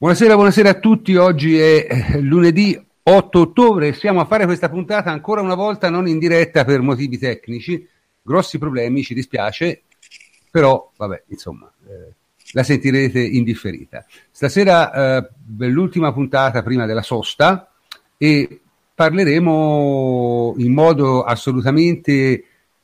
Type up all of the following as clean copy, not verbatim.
Buonasera a tutti. Oggi è lunedì 8 ottobre. Stiamo a fare questa puntata ancora una volta non in diretta per motivi tecnici, grossi problemi, ci dispiace, però vabbè, insomma, la sentirete indifferita. Stasera l'ultima puntata prima della sosta e parleremo in modo assolutamente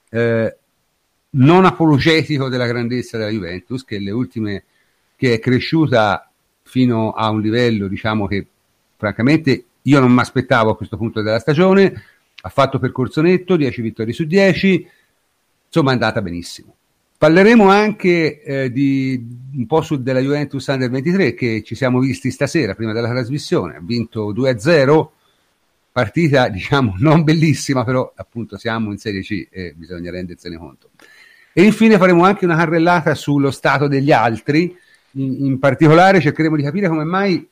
non apologetico della grandezza della Juventus, che è cresciuta fino a un livello, diciamo, che francamente io non mi aspettavo a questo punto della stagione. Ha fatto percorso netto, 10 vittorie su 10, insomma è andata benissimo. Parleremo anche di un po' della Juventus Under 23, che ci siamo visti stasera prima della trasmissione. Ha vinto 2-0, partita diciamo non bellissima, però appunto siamo in Serie C e bisogna rendersene conto. E infine faremo anche una carrellata sullo stato degli altri. In particolare cercheremo di capire come mai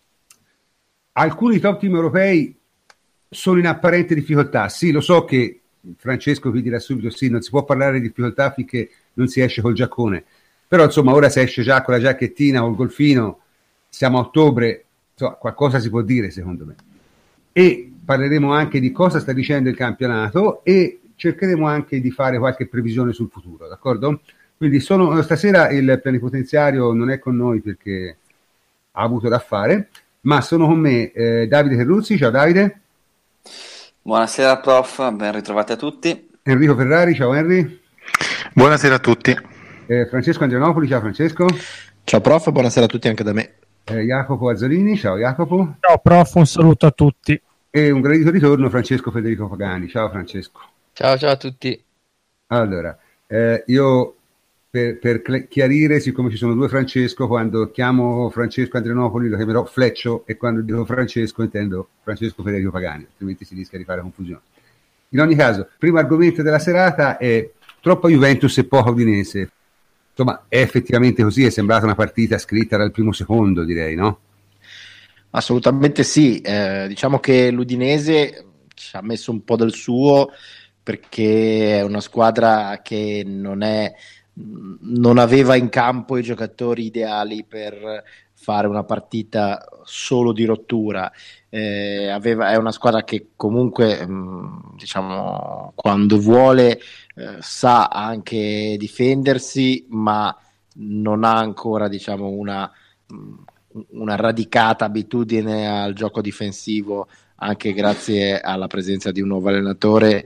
alcuni top team europei sono in apparente difficoltà. Sì, lo so che Francesco vi dirà subito sì, non si può parlare di difficoltà finché non si esce col giaccone, però insomma ora si esce già con la giacchettina o il golfino, siamo a ottobre, insomma, qualcosa si può dire secondo me. E parleremo anche di cosa sta dicendo il campionato e cercheremo anche di fare qualche previsione sul futuro, d'accordo? Quindi stasera il plenipotenziario non è con noi perché ha avuto da fare, ma sono con me Davide Terruzzi. Ciao Davide. Buonasera prof, ben ritrovati a tutti. Enrico Ferrari. Ciao Henry. Buonasera a tutti. Francesco Andrianopoli. Ciao Francesco. Ciao prof, buonasera a tutti anche da me. Jacopo Azzolini. Ciao Jacopo. Ciao prof, un saluto a tutti. E un gradito ritorno Francesco Federico Pagani. Ciao Francesco. Ciao a tutti. Allora, io per chiarire, siccome ci sono due Francesco, quando chiamo Francesco Andrianopoli lo chiamerò Fleccio e quando dico Francesco intendo Francesco Federico Pagani, altrimenti si rischia di fare confusione. In ogni caso, primo argomento della serata è troppa Juventus e poca Udinese. Insomma, è effettivamente così, è sembrata una partita scritta dal primo secondo, direi, no? Assolutamente sì, diciamo che l'Udinese ci ha messo un po' del suo perché è una squadra che non aveva in campo i giocatori ideali per fare una partita solo di rottura. È una squadra che comunque diciamo quando vuole sa anche difendersi, ma non ha ancora diciamo una radicata abitudine al gioco difensivo, anche grazie alla presenza di un nuovo allenatore,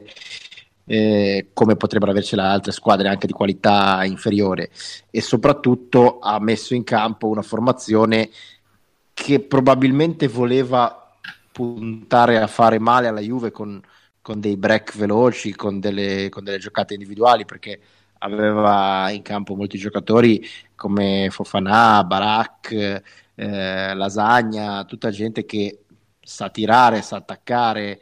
come potrebbero avercela altre squadre anche di qualità inferiore, e soprattutto ha messo in campo una formazione che probabilmente voleva puntare a fare male alla Juve con dei break veloci, con delle giocate individuali, perché aveva in campo molti giocatori come Fofana, Barak, Lasagna, tutta gente che sa tirare, sa attaccare,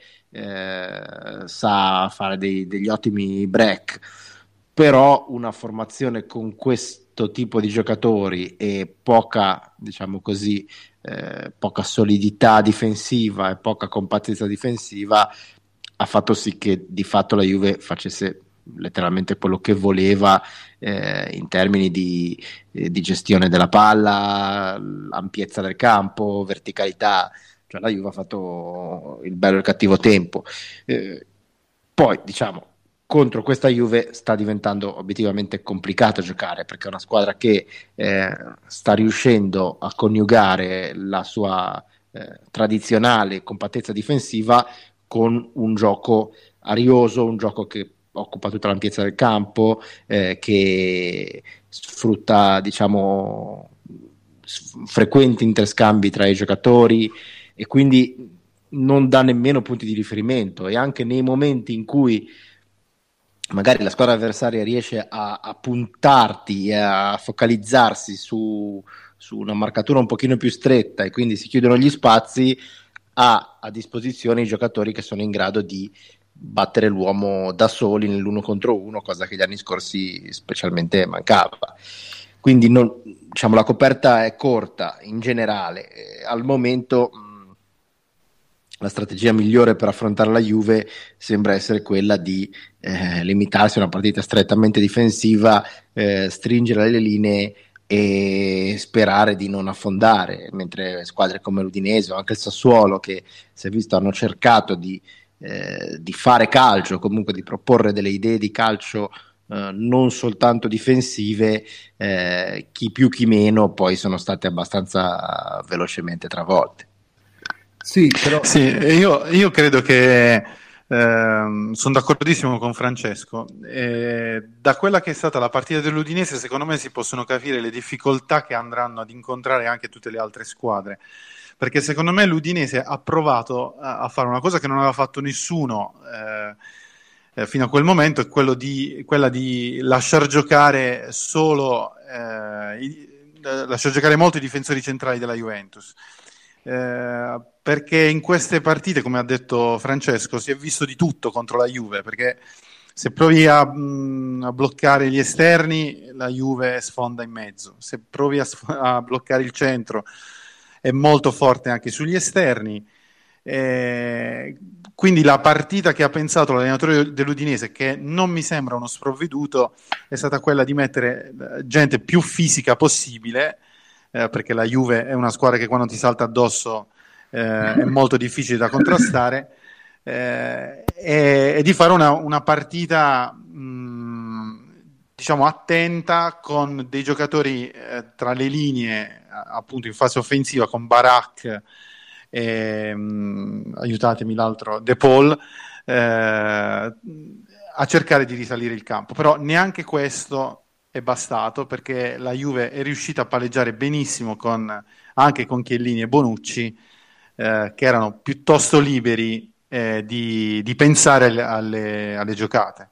sa fare degli ottimi break. Però una formazione con questo tipo di giocatori e poca, diciamo così, poca solidità difensiva e poca compattezza difensiva ha fatto sì che di fatto la Juve facesse letteralmente quello che voleva in termini di gestione della palla, ampiezza del campo, verticalità. Cioè la Juve ha fatto il bello e il cattivo tempo. Poi diciamo contro questa Juve sta diventando obiettivamente complicato giocare, perché è una squadra che sta riuscendo a coniugare la sua tradizionale compattezza difensiva con un gioco arioso, un gioco che occupa tutta l'ampiezza del campo, che sfrutta diciamo frequenti interscambi tra i giocatori e quindi non dà nemmeno punti di riferimento, e anche nei momenti in cui magari la squadra avversaria riesce a puntarti e a focalizzarsi su una marcatura un pochino più stretta e quindi si chiudono gli spazi, ha a disposizione i giocatori che sono in grado di battere l'uomo da soli nell'1 contro 1, cosa che gli anni scorsi specialmente mancava. Quindi diciamo, la coperta è corta in generale. Al momento la strategia migliore per affrontare la Juve sembra essere quella di limitarsi a una partita strettamente difensiva, stringere le linee, e sperare di non affondare, mentre squadre come l'Udinese o anche il Sassuolo, che si è visto hanno cercato di fare calcio, comunque di proporre delle idee di calcio non soltanto difensive, chi più chi meno poi sono state abbastanza velocemente travolte. Sì, però... Sì, io credo che sono d'accordissimo con Francesco. Da quella che è stata la partita dell'Udinese, secondo me si possono capire le difficoltà che andranno ad incontrare anche tutte le altre squadre, perché secondo me l'Udinese ha provato a fare una cosa che non aveva fatto nessuno fino a quel momento, è quella di lasciar giocare lasciar giocare molto i difensori centrali della Juventus. Perché in queste partite, come ha detto Francesco, si è visto di tutto contro la Juve, perché se provi a bloccare gli esterni, la Juve sfonda in mezzo, se provi a bloccare il centro è molto forte anche sugli esterni. Quindi la partita che ha pensato l'allenatore dell'Udinese, che non mi sembra uno sprovveduto, è stata quella di mettere gente più fisica possibile, perché la Juve è una squadra che quando ti salta addosso è molto difficile da contrastare, e di fare una partita diciamo attenta, con dei giocatori tra le linee, appunto in fase offensiva, con Barak e aiutatemi l'altro, De Paul, a cercare di risalire il campo. Però neanche questo è bastato, perché la Juve è riuscita a palleggiare benissimo anche con Chiellini e Bonucci, che erano piuttosto liberi di pensare alle giocate.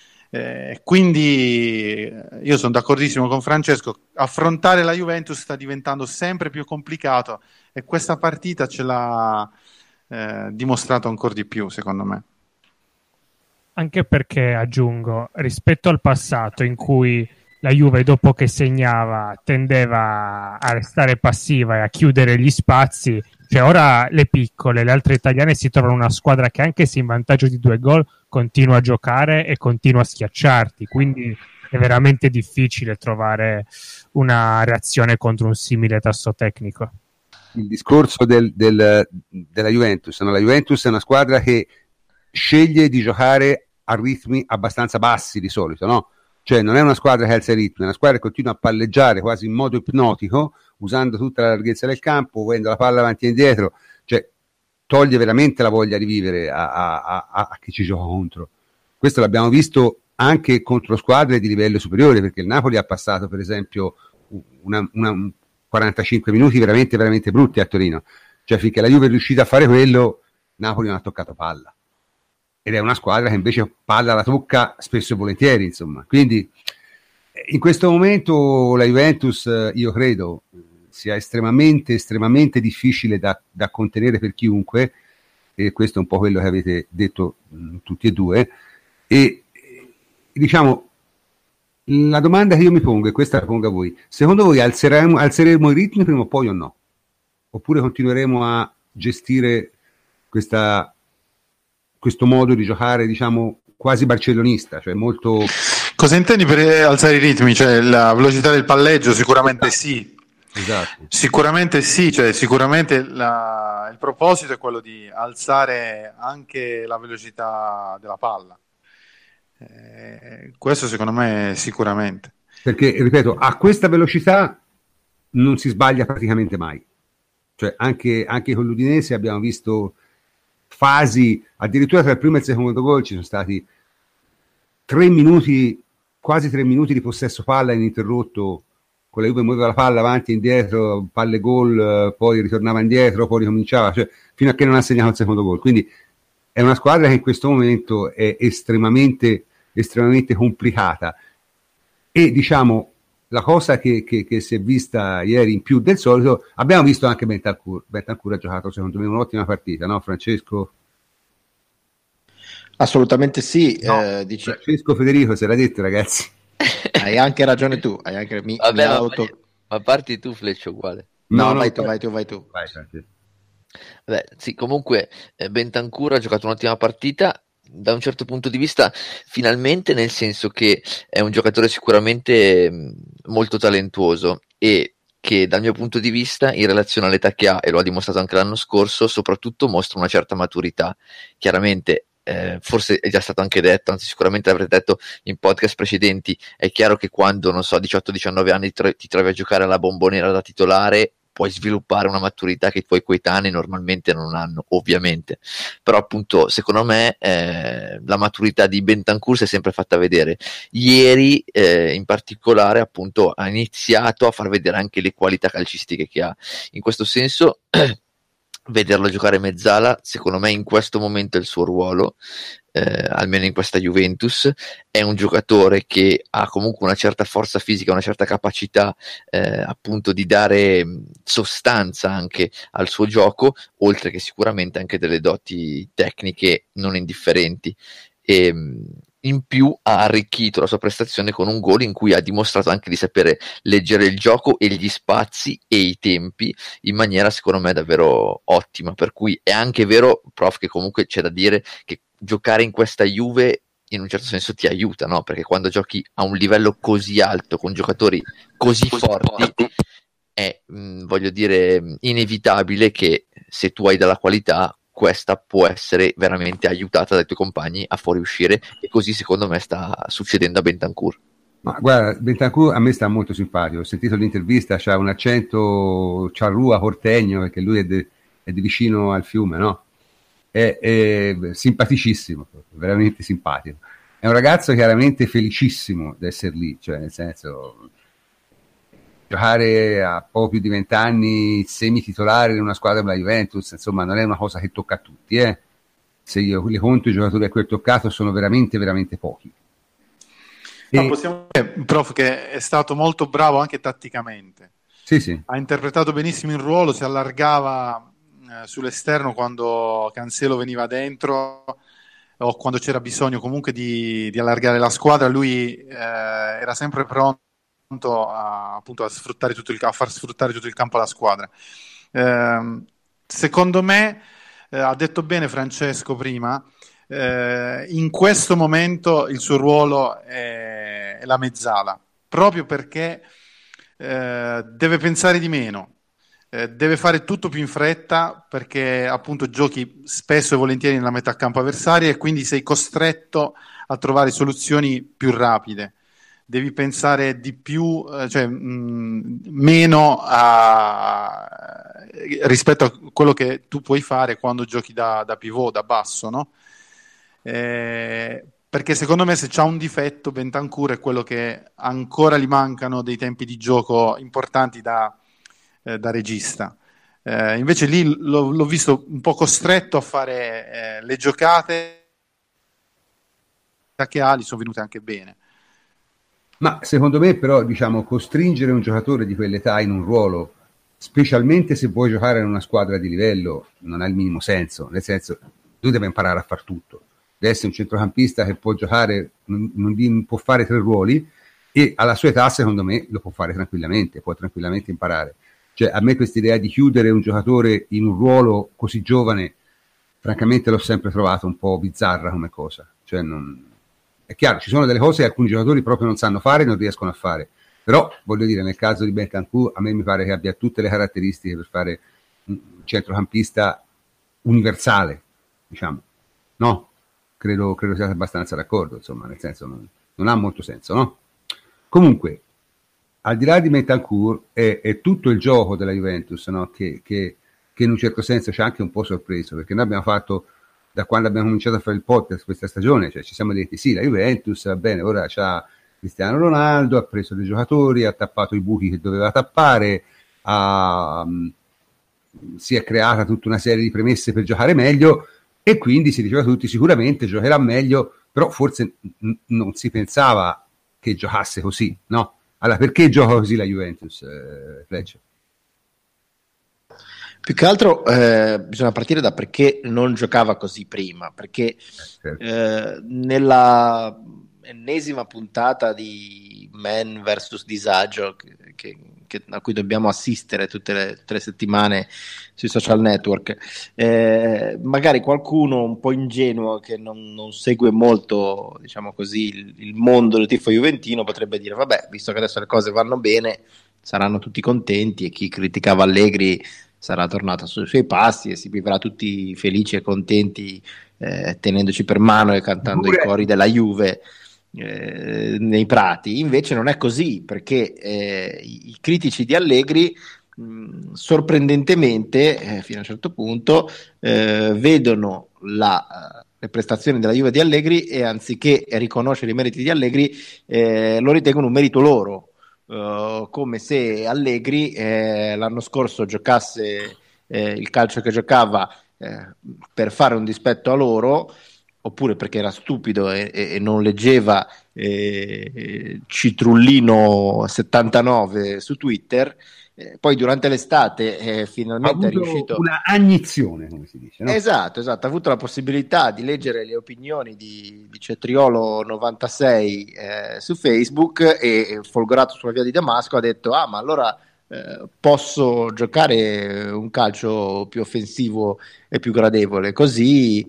Quindi io sono d'accordissimo con Francesco, affrontare la Juventus sta diventando sempre più complicato, e questa partita ce l'ha dimostrato ancora di più, secondo me. Anche perché, aggiungo, rispetto al passato in cui la Juve, dopo che segnava, tendeva a restare passiva e a chiudere gli spazi, cioè ora le altre italiane si trovano una squadra che, anche se in vantaggio di 2 gol, continua a giocare e continua a schiacciarti, quindi è veramente difficile trovare una reazione contro un simile tasso tecnico. Il discorso della Juventus, no? La Juventus è una squadra che sceglie di giocare a ritmi abbastanza bassi di solito, no? Cioè non è una squadra che alza i ritmi, è una squadra che continua a palleggiare quasi in modo ipnotico, usando tutta la larghezza del campo, muovendo la palla avanti e indietro, cioè toglie veramente la voglia di vivere a chi ci gioca contro. Questo l'abbiamo visto anche contro squadre di livello superiore, perché il Napoli ha passato per esempio una 45 minuti veramente, veramente brutti a Torino, cioè finché la Juve è riuscita a fare quello, Napoli non ha toccato palla, ed è una squadra che invece palla la tocca spesso e volentieri, insomma. Quindi in questo momento la Juventus, io credo, sia estremamente difficile da contenere per chiunque, e questo è un po' quello che avete detto tutti e due. E diciamo, la domanda che io mi pongo, e questa la pongo a voi: secondo voi alzeremo i ritmi prima o poi o no? Oppure continueremo a gestire questo modo di giocare, diciamo, quasi barcellonista, cioè molto... Cosa intendi per alzare i ritmi? Cioè la velocità del palleggio? Sicuramente sì. Esatto. Sicuramente sì, cioè sicuramente il proposito è quello di alzare anche la velocità della palla. Questo secondo me sicuramente. Perché, ripeto, a questa velocità non si sbaglia praticamente mai. Cioè anche con l'Udinese abbiamo visto fasi, addirittura tra il primo e il secondo gol ci sono stati 3 minuti, quasi 3 minuti di possesso palla ininterrotto, con la Juve muoveva la palla avanti e indietro, palle gol, poi ritornava indietro, poi ricominciava, cioè fino a che non ha segnato il secondo gol. Quindi è una squadra che in questo momento è estremamente complicata, e diciamo la cosa che si è vista ieri in più del solito, abbiamo visto anche Bentancur ha giocato secondo me un'ottima partita, no Francesco? Assolutamente sì, No, Francesco Federico se l'ha detto, ragazzi. Hai anche ragione tu, ma parti tu, Fleccio, uguale. No, vai tu. Vai, Beh, sì, comunque Bentancur ha giocato un'ottima partita da un certo punto di vista, finalmente, nel senso che è un giocatore sicuramente molto talentuoso, e che dal mio punto di vista, in relazione all'età che ha, e lo ha dimostrato anche l'anno scorso, soprattutto mostra una certa maturità. Chiaramente, forse è già stato anche detto, anzi sicuramente l'avrete detto in podcast precedenti, è chiaro che quando, non so, 18-19 anni ti trovi a giocare alla Bombonera da titolare, puoi sviluppare una maturità che i tuoi coetanei normalmente non hanno, ovviamente. Però appunto, secondo me, la maturità di Bentancur si è sempre fatta vedere. Ieri, in particolare, appunto, ha iniziato a far vedere anche le qualità calcistiche che ha. In questo senso, vederlo giocare mezzala, secondo me in questo momento è il suo ruolo, almeno in questa Juventus. È un giocatore che ha comunque una certa forza fisica, una certa capacità appunto di dare sostanza anche al suo gioco, oltre che sicuramente anche delle doti tecniche non indifferenti. E in più ha arricchito la sua prestazione con un gol in cui ha dimostrato anche di sapere leggere il gioco e gli spazi e i tempi in maniera secondo me davvero ottima, per cui è anche vero, prof, che comunque c'è da dire che giocare in questa Juve in un certo senso ti aiuta, no? Perché quando giochi a un livello così alto con giocatori così forti è, voglio dire, inevitabile che se tu hai della qualità questa può essere veramente aiutata dai tuoi compagni a fuoriuscire, e così secondo me sta succedendo a Bentancur. Ma guarda, Bentancur a me sta molto simpatico, ho sentito l'intervista, c'ha un accento charrua, portegno, perché lui è di vicino al fiume, no? È simpaticissimo, veramente simpatico. È un ragazzo chiaramente felicissimo di essere lì, cioè nel senso, giocare a poco più di 20 anni semi-titolare in una squadra della Juventus, insomma, non è una cosa che tocca a tutti, Se io li conto, i giocatori a cui ho toccato sono veramente, veramente pochi. Possiamo dire, prof, che è stato molto bravo anche tatticamente. Sì. Ha interpretato benissimo il ruolo, si allargava sull'esterno quando Cancelo veniva dentro, o quando c'era bisogno comunque di allargare la squadra. Lui era sempre pronto appunto a sfruttare a far sfruttare tutto il campo alla squadra. Secondo me, ha detto bene Francesco prima, in questo momento il suo ruolo è la mezzala, proprio perché deve pensare di meno, deve fare tutto più in fretta, perché appunto giochi spesso e volentieri nella metà campo avversaria e quindi sei costretto a trovare soluzioni più rapide. Devi pensare di più, meno rispetto a quello che tu puoi fare quando giochi da pivot, da basso, no? Perché secondo me se c'ha un difetto Bentancur è quello che ancora gli mancano dei tempi di gioco importanti da regista. Invece lì l'ho visto un po' costretto a fare le giocate che ha, gli sono venute anche bene. Ma secondo me però, diciamo, costringere un giocatore di quell'età in un ruolo, specialmente se vuoi giocare in una squadra di livello, non ha il minimo senso. Nel senso, lui deve imparare a far tutto. Deve essere un centrocampista che può giocare, non può fare 3 ruoli, e alla sua età, secondo me, lo può fare tranquillamente, può tranquillamente imparare. Cioè, a me questa idea di chiudere un giocatore in un ruolo così giovane, francamente l'ho sempre trovato un po' bizzarra come cosa. Cioè, è chiaro, ci sono delle cose che alcuni giocatori proprio non sanno fare e non riescono a fare, però voglio dire, nel caso di Bentancur a me mi pare che abbia tutte le caratteristiche per fare un centrocampista universale, diciamo, no? Credo siate abbastanza d'accordo, insomma, nel senso non ha molto senso, no? Comunque, al di là di Bentancur è tutto il gioco della Juventus, no? Che in un certo senso ci ha anche un po' sorpreso, perché noi abbiamo fatto, da quando abbiamo cominciato a fare il podcast questa stagione, cioè ci siamo detti sì, la Juventus va bene, ora c'ha Cristiano Ronaldo, ha preso dei giocatori, ha tappato i buchi che doveva tappare, si è creata tutta una serie di premesse per giocare meglio, e quindi si diceva tutti sicuramente giocherà meglio, però forse non si pensava che giocasse così, no? Allora, perché gioca così la Juventus, Fletcher? Più che altro bisogna partire da perché non giocava così prima, perché nella ennesima puntata di Man vs Disagio a cui dobbiamo assistere tutte le settimane sui social network, magari qualcuno un po' ingenuo che non segue molto, diciamo così, il mondo del tifo juventino potrebbe dire vabbè, visto che adesso le cose vanno bene, saranno tutti contenti e chi criticava Allegri sarà tornato sui suoi passi e si vivrà tutti felici e contenti tenendoci per mano e cantando i cori della Juve nei prati. Invece non è così, perché i critici di Allegri sorprendentemente fino a un certo punto vedono le prestazioni della Juve di Allegri e anziché riconoscere i meriti di Allegri lo ritengono un merito loro. Come se Allegri l'anno scorso giocasse il calcio che giocava per fare un dispetto a loro, oppure perché era stupido e non leggeva Citrullino 79 su Twitter. Poi durante l'estate finalmente è riuscito una agnizione, come si dice, no? Esatto, ha avuto la possibilità di leggere le opinioni di Cetriolo 96 su Facebook e folgorato sulla via di Damasco ha detto ma allora posso giocare un calcio più offensivo e più gradevole, così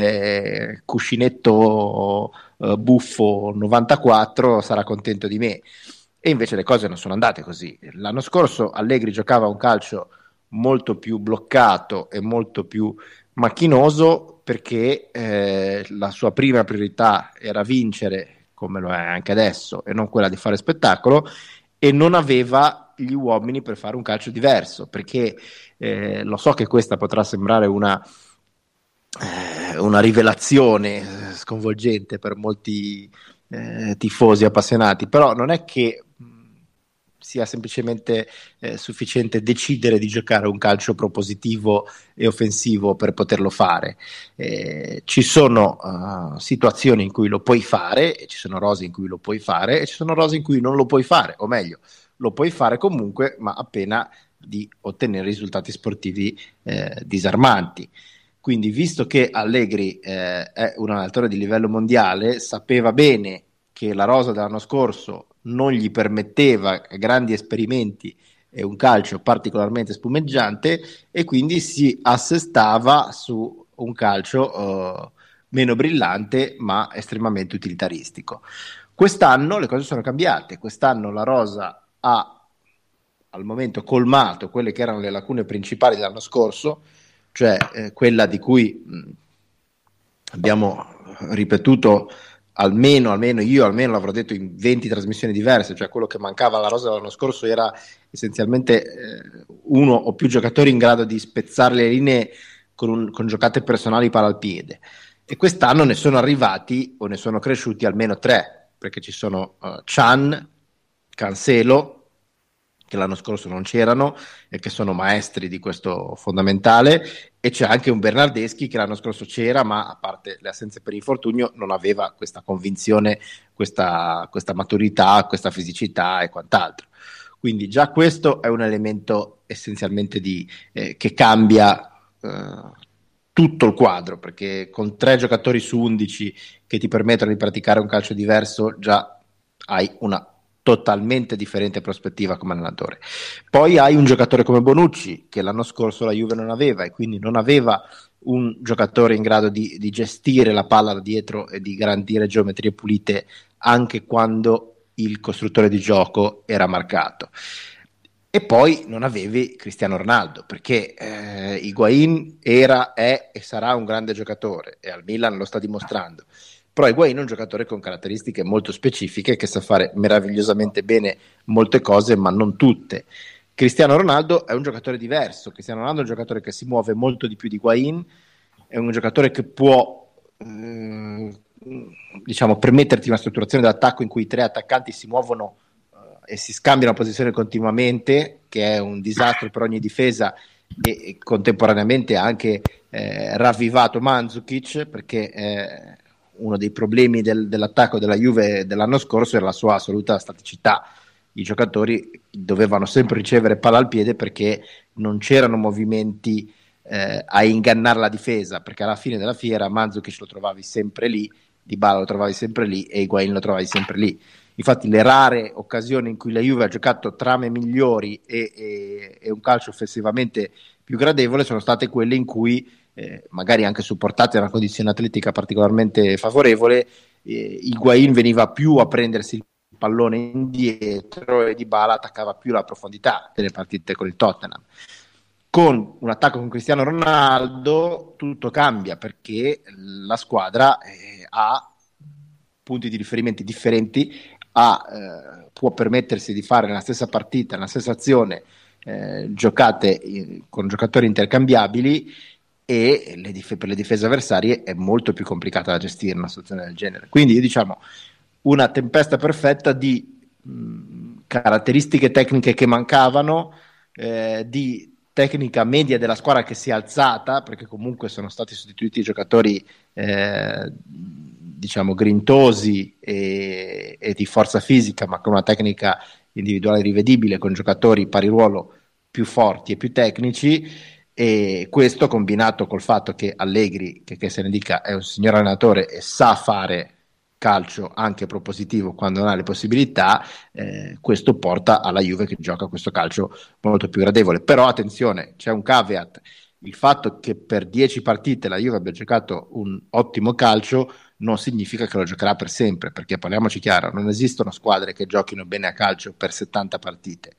cuscinetto buffo 94 sarà contento di me. E invece le cose non sono andate così. L'anno scorso Allegri giocava un calcio molto più bloccato e molto più macchinoso perché la sua prima priorità era vincere, come lo è anche adesso, e non quella di fare spettacolo, e non aveva gli uomini per fare un calcio diverso, perché lo so che questa potrà sembrare una rivelazione sconvolgente per molti tifosi appassionati, però non è che sia semplicemente sufficiente decidere di giocare un calcio propositivo e offensivo per poterlo fare. Ci sono situazioni in cui lo puoi fare, e ci sono rose in cui lo puoi fare, e ci sono rose in cui non lo puoi fare, o meglio, lo puoi fare comunque, ma appena di ottenere risultati sportivi disarmanti. Quindi, visto che Allegri è un allenatore di livello mondiale, sapeva bene che la rosa dell'anno scorso non gli permetteva grandi esperimenti e un calcio particolarmente spumeggiante, e quindi si assestava su un calcio meno brillante ma estremamente utilitaristico. Quest'anno le cose sono cambiate, quest'anno la rosa ha al momento colmato quelle che erano le lacune principali dell'anno scorso, cioè quella di cui abbiamo ripetuto almeno io l'avrò detto in 20 trasmissioni diverse, cioè quello che mancava alla rosa dell'anno scorso era essenzialmente uno o più giocatori in grado di spezzare le linee con giocate personali palla al piede, e quest'anno ne sono arrivati o ne sono cresciuti almeno 3, perché ci sono Can, Cancelo, che l'anno scorso non c'erano e che sono maestri di questo fondamentale, e c'è anche un Bernardeschi che l'anno scorso c'era, ma a parte le assenze per infortunio non aveva questa convinzione, questa maturità, questa fisicità e quant'altro. Quindi già questo è un elemento essenzialmente che cambia tutto il quadro, perché con 3 giocatori su 11 che ti permettono di praticare un calcio diverso già hai una totalmente differente prospettiva come allenatore. Poi hai un giocatore come Bonucci che l'anno scorso la Juve non aveva, e quindi non aveva un giocatore in grado di gestire la palla da dietro e di garantire geometrie pulite anche quando il costruttore di gioco era marcato. E poi non avevi Cristiano Ronaldo, perché Higuaín era, è e sarà un grande giocatore, e al Milan lo sta dimostrando. Però Higuaín è un giocatore con caratteristiche molto specifiche, che sa fare meravigliosamente bene molte cose, ma non tutte. Cristiano Ronaldo è un giocatore diverso. Cristiano Ronaldo è un giocatore che si muove molto di più di Higuaín, è un giocatore che può permetterti una strutturazione dell'attacco in cui i 3 attaccanti si muovono e si scambiano posizione continuamente, che è un disastro per ogni difesa, e contemporaneamente ha anche ravvivato Mandzukic, perché uno dei problemi dell'attacco della Juve dell'anno scorso era la sua assoluta staticità. I giocatori dovevano sempre ricevere palla al piede perché non c'erano movimenti a ingannare la difesa, perché alla fine della fiera Mandzukic lo trovavi sempre lì, Dybala lo trovavi sempre lì e Higuaín lo trovavi sempre lì. Infatti le rare occasioni in cui la Juve ha giocato trame migliori e un calcio offensivamente più gradevole sono state quelle in cui magari anche supportate da una condizione atletica particolarmente favorevole, Higuaín veniva più a prendersi il pallone indietro e Dybala attaccava più la profondità delle partite con il Tottenham. Con un attacco con Cristiano Ronaldo tutto cambia, perché la squadra ha punti di riferimento differenti, può permettersi di fare nella stessa partita, nella stessa azione, giocate con giocatori intercambiabili, e per le difese avversarie è molto più complicata da gestire una situazione del genere. Quindi diciamo una tempesta perfetta di caratteristiche tecniche che mancavano, di tecnica media della squadra che si è alzata, perché comunque sono stati sostituiti i giocatori diciamo grintosi e di forza fisica, ma con una tecnica individuale rivedibile, con giocatori pari ruolo più forti e più tecnici. E questo combinato col fatto che Allegri, che se ne dica, è un signor allenatore e sa fare calcio anche propositivo quando non ha le possibilità, questo porta alla Juve che gioca questo calcio molto più gradevole. Però attenzione, c'è un caveat: il fatto che per 10 partite la Juve abbia giocato un ottimo calcio non significa che lo giocherà per sempre, perché parliamoci chiaro, non esistono squadre che giochino bene a calcio per 70 partite.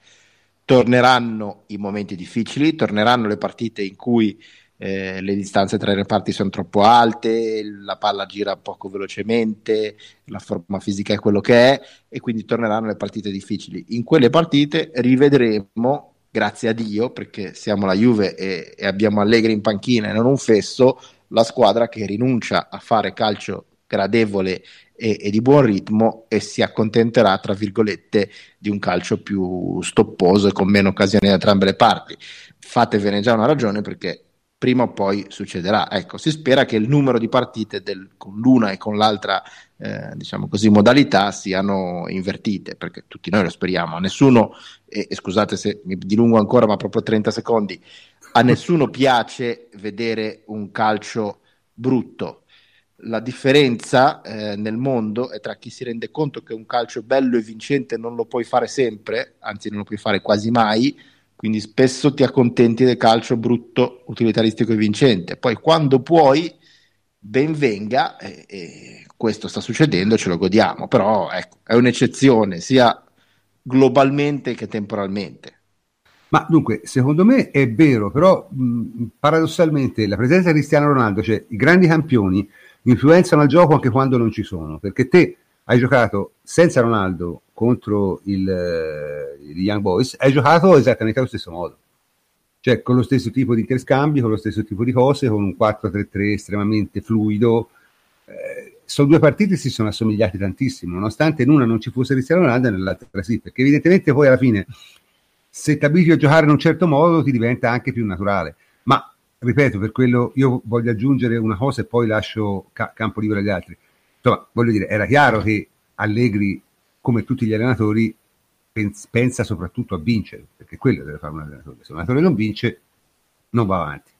Torneranno i momenti difficili, torneranno le partite in cui le distanze tra i reparti sono troppo alte, la palla gira poco velocemente, la forma fisica è quello che è, e quindi torneranno le partite difficili. In quelle partite rivedremo, grazie a Dio, perché siamo la Juve e abbiamo Allegri in panchina e non un fesso, la squadra che rinuncia a fare calcio gradevole e di buon ritmo e si accontenterà, tra virgolette, di un calcio più stopposo e con meno occasioni da entrambe le parti. Fatevene già una ragione, perché prima o poi succederà. Ecco, si spera che il numero di partite con l'una e con l'altra diciamo così modalità siano invertite, perché tutti noi lo speriamo. A nessuno, e scusate se mi dilungo ancora, ma proprio 30 secondi, a nessuno piace vedere un calcio brutto. La differenza nel mondo è tra chi si rende conto che un calcio bello e vincente non lo puoi fare sempre, anzi non lo puoi fare quasi mai, quindi spesso ti accontenti del calcio brutto, utilitaristico e vincente. Poi quando puoi, ben venga, e questo sta succedendo, ce lo godiamo, però ecco, è un'eccezione sia globalmente che temporalmente. Ma dunque, secondo me è vero, però paradossalmente la presenza di Cristiano Ronaldo, cioè i grandi campioni, influenzano il gioco anche quando non ci sono, perché te hai giocato senza Ronaldo contro gli Young Boys, hai giocato esattamente allo stesso modo, cioè con lo stesso tipo di interscambi, con lo stesso tipo di cose, con un 4-3-3 estremamente fluido. Sono due partite che si sono assomigliate tantissimo, nonostante in una non ci fosse Cristiano Ronaldo e nell'altra sì, perché evidentemente poi alla fine, se ti abitui a giocare in un certo modo, ti diventa anche più naturale. Ma ripeto, per quello io voglio aggiungere una cosa e poi lascio campo libero agli altri. Insomma, voglio dire, era chiaro che Allegri, come tutti gli allenatori, pensa soprattutto a vincere, perché quello deve fare un allenatore. Se un allenatore non vince, non va avanti.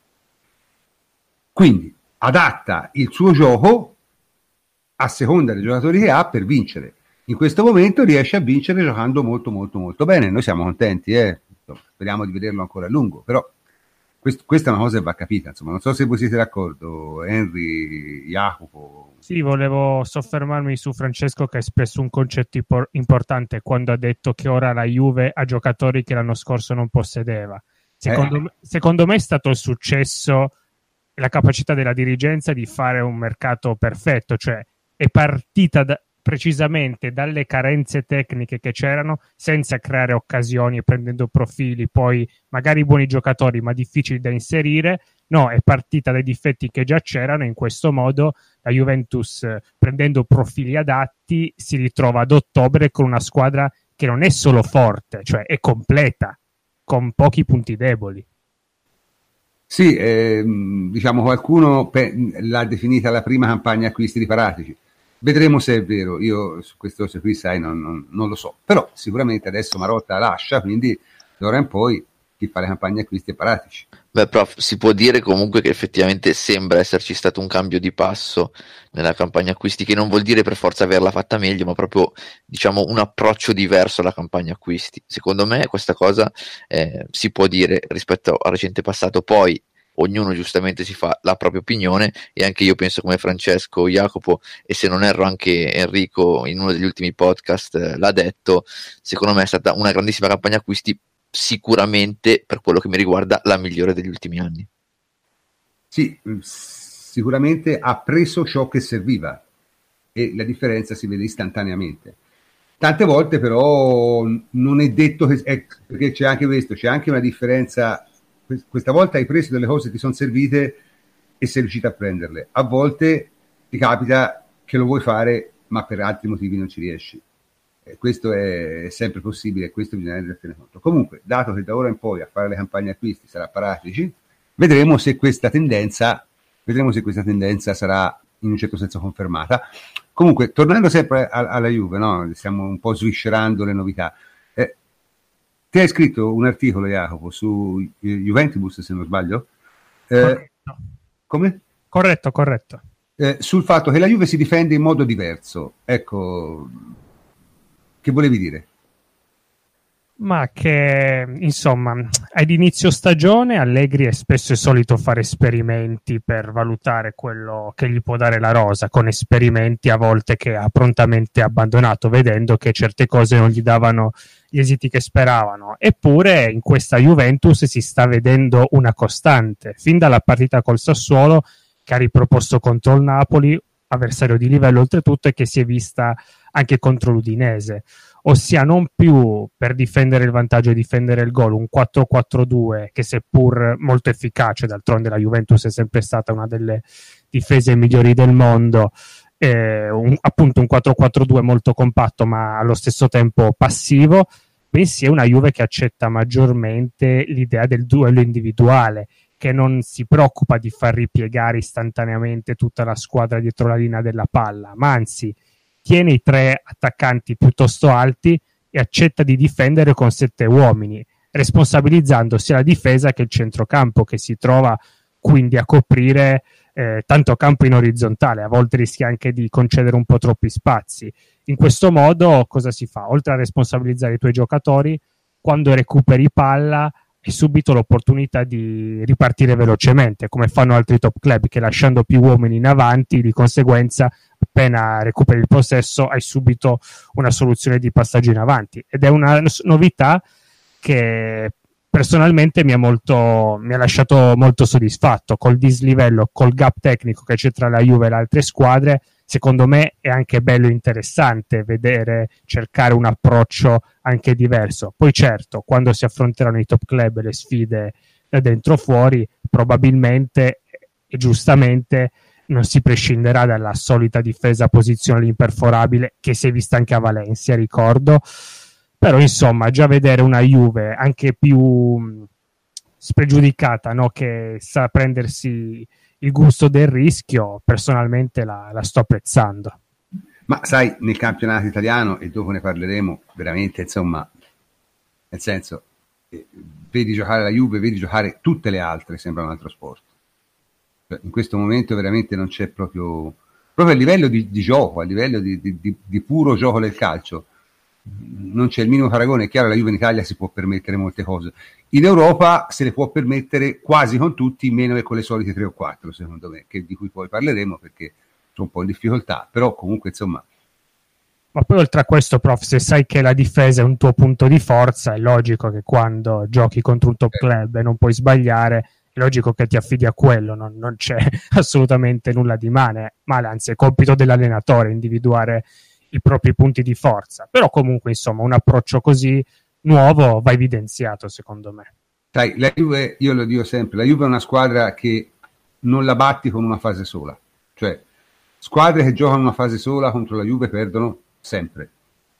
Quindi adatta il suo gioco a seconda dei giocatori che ha per vincere. In questo momento riesce a vincere giocando molto molto molto bene. Noi siamo contenti, speriamo di vederlo ancora a lungo, però questa è una cosa che va capita. Insomma, non so se voi siete d'accordo, Henry, Jacopo. Sì, volevo soffermarmi su Francesco, che ha espresso un concetto importante quando ha detto che ora la Juve ha giocatori che l'anno scorso non possedeva. Secondo me è stato il successo e la capacità della dirigenza di fare un mercato perfetto, cioè è partita precisamente dalle carenze tecniche che c'erano, senza creare occasioni e prendendo profili poi magari buoni giocatori ma difficili da inserire. No, è partita dai difetti che già c'erano, e in questo modo la Juventus, prendendo profili adatti, si ritrova ad ottobre con una squadra che non è solo forte, cioè è completa, con pochi punti deboli. Sì, diciamo qualcuno l'ha definita la prima campagna acquisti di Paratici. Vedremo se è vero, io su questo qui sai non lo so, però sicuramente adesso Marotta lascia, quindi d'ora in poi chi fa le campagne acquisti è Paratici. Beh, prof, si può dire comunque che effettivamente sembra esserci stato un cambio di passo nella campagna acquisti, che non vuol dire per forza averla fatta meglio, ma proprio diciamo un approccio diverso alla campagna acquisti. Secondo me questa cosa si può dire rispetto al recente passato. Poi ognuno giustamente si fa la propria opinione, e anche io penso come Francesco, Jacopo, e se non erro anche Enrico in uno degli ultimi podcast l'ha detto, secondo me è stata una grandissima campagna acquisti, sicuramente per quello che mi riguarda la migliore degli ultimi anni. Sì, sicuramente ha preso ciò che serviva e la differenza si vede istantaneamente. Tante volte però non è detto perché c'è anche questo, c'è anche una differenza. Questa volta hai preso delle cose che ti sono servite e sei riuscito a prenderle. A volte ti capita che lo vuoi fare ma per altri motivi non ci riesci. Questo è sempre possibile e questo bisogna tenere conto. Comunque, dato che da ora in poi a fare le campagne acquisti sarà Paratici, vedremo se questa tendenza sarà in un certo senso confermata. Comunque, tornando sempre alla Juve, no? Stiamo un po' sviscerando le novità. Ti hai scritto un articolo, Jacopo, su Juventus, se non sbaglio? Corretto. Come? Corretto. Sul fatto che la Juve si difende in modo diverso. Ecco, che volevi dire? Ma che, insomma, ad inizio stagione Allegri è spesso solito fare esperimenti per valutare quello che gli può dare la rosa, con esperimenti a volte che ha prontamente abbandonato, vedendo che certe cose non gli davano gli esiti che speravano. Eppure in questa Juventus si sta vedendo una costante, fin dalla partita col Sassuolo, che ha riproposto contro il Napoli, avversario di livello oltretutto, e che si è vista anche contro l'Udinese. Ossia non più per difendere il vantaggio e difendere il gol, un 4-4-2 che seppur molto efficace, d'altronde la Juventus è sempre stata una delle difese migliori del mondo, appunto un 4-4-2 molto compatto ma allo stesso tempo passivo, bensì è una Juve che accetta maggiormente l'idea del duello individuale, che non si preoccupa di far ripiegare istantaneamente tutta la squadra dietro la linea della palla, ma anzi tiene i tre attaccanti piuttosto alti e accetta di difendere con 7 uomini, responsabilizzando sia la difesa che il centrocampo, che si trova quindi a coprire tanto campo in orizzontale, a volte rischia anche di concedere un po' troppi spazi. In questo modo cosa si fa? Oltre a responsabilizzare i tuoi giocatori, quando recuperi palla hai subito l'opportunità di ripartire velocemente, come fanno altri top club, che lasciando più uomini in avanti, di conseguenza appena recuperi il possesso hai subito una soluzione di passaggio in avanti, ed è una novità che personalmente mi ha lasciato molto soddisfatto. Col dislivello, col gap tecnico che c'è tra la Juve e le altre squadre, secondo me è anche bello e interessante vedere, cercare un approccio anche diverso. Poi certo, quando si affronteranno i top club e le sfide da dentro fuori, probabilmente e giustamente non si prescinderà dalla solita difesa a posizione imperforabile che si è vista anche a Valencia, ricordo. Però insomma, già vedere una Juve anche più spregiudicata, no? Che sa prendersi il gusto del rischio, personalmente la sto apprezzando. Ma sai, nel campionato italiano, e dopo ne parleremo, veramente, insomma, nel senso, vedi giocare la Juve, vedi giocare tutte le altre, sembra un altro sport. In questo momento veramente non c'è proprio a livello di gioco, a livello di puro gioco del calcio, non c'è il minimo paragone. È chiaro, la Juve in Italia si può permettere molte cose, in Europa se le può permettere quasi con tutti, meno che con le solite 3 o 4, secondo me, di cui poi parleremo perché sono un po' in difficoltà, però comunque insomma. Ma poi oltre a questo, prof, se sai che la difesa è un tuo punto di forza, è logico che quando giochi contro un top club e non puoi sbagliare, è logico che ti affidi a quello, non c'è assolutamente nulla di male, anzi è compito dell'allenatore individuare i propri punti di forza. Però comunque insomma un approccio così nuovo va evidenziato, secondo me. Sai, la Juve, io lo dico sempre, la Juve è una squadra che non la batti con una fase sola, cioè squadre che giocano una fase sola contro la Juve perdono sempre,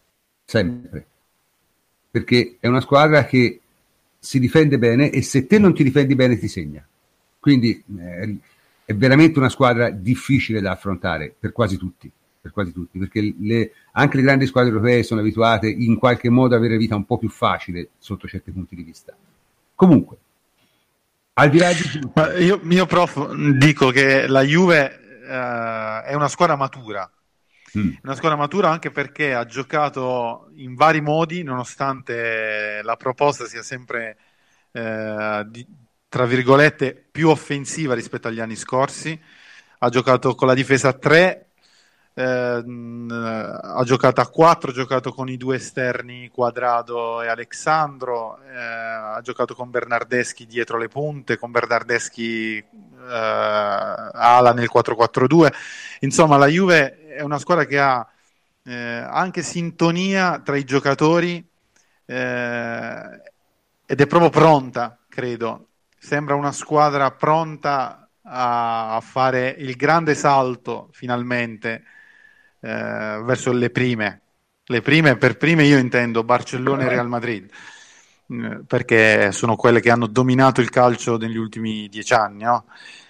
perché è una squadra che si difende bene e se te non ti difendi bene ti segna, quindi è veramente una squadra difficile da affrontare per quasi tutti, perché anche le grandi squadre europee sono abituate in qualche modo ad avere vita un po' più facile sotto certi punti di vista. Comunque, al di là di io prof dico che la Juve è una squadra matura. Una squadra matura anche perché ha giocato in vari modi, nonostante la proposta sia sempre tra virgolette, più offensiva rispetto agli anni scorsi. Ha giocato con la difesa a 3, ha giocato a 4, ha giocato con i due esterni Quadrado e Alexandro, ha giocato con Bernardeschi dietro le punte, con Bernardeschi ala nel 4-4-2. Insomma, la Juve è una squadra che ha anche sintonia tra i giocatori, ed è proprio pronta, credo. Sembra una squadra pronta a fare il grande salto finalmente verso le prime. Per prime io intendo Barcellona e Real Madrid, perché sono quelle che hanno dominato il calcio negli ultimi 10 anni, no?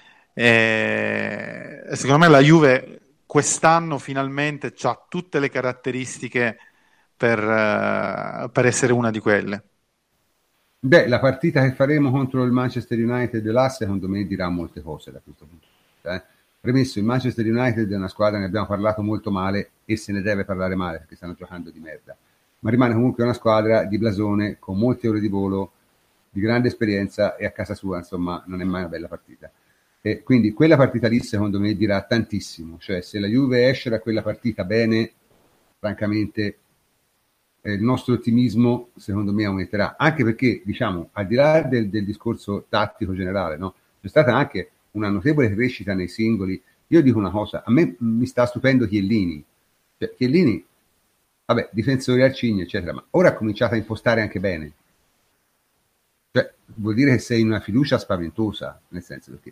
E secondo me la Juve quest'anno finalmente ha tutte le caratteristiche per essere una di quelle. Beh, la partita che faremo contro il Manchester United là, secondo me dirà molte cose da questo punto di vista. Premesso, il Manchester United è una squadra, ne abbiamo parlato molto male e se ne deve parlare male perché stanno giocando di merda, ma rimane comunque una squadra di blasone, con molte ore di volo, di grande esperienza, e a casa sua, insomma, non è mai una bella partita. E quindi quella partita lì, secondo me, dirà tantissimo. Cioè, se la Juve esce da quella partita bene, francamente, il nostro ottimismo, secondo me, aumenterà. Anche perché, diciamo, al di là del discorso tattico generale, no? C'è stata anche una notevole crescita nei singoli. Io dico una cosa, a me mi sta stupendo Chiellini. Cioè, Chiellini, vabbè, difensore al Cigno, eccetera, ma ora ha cominciato a impostare anche bene. Cioè, vuol dire che sei in una fiducia spaventosa, nel senso perché...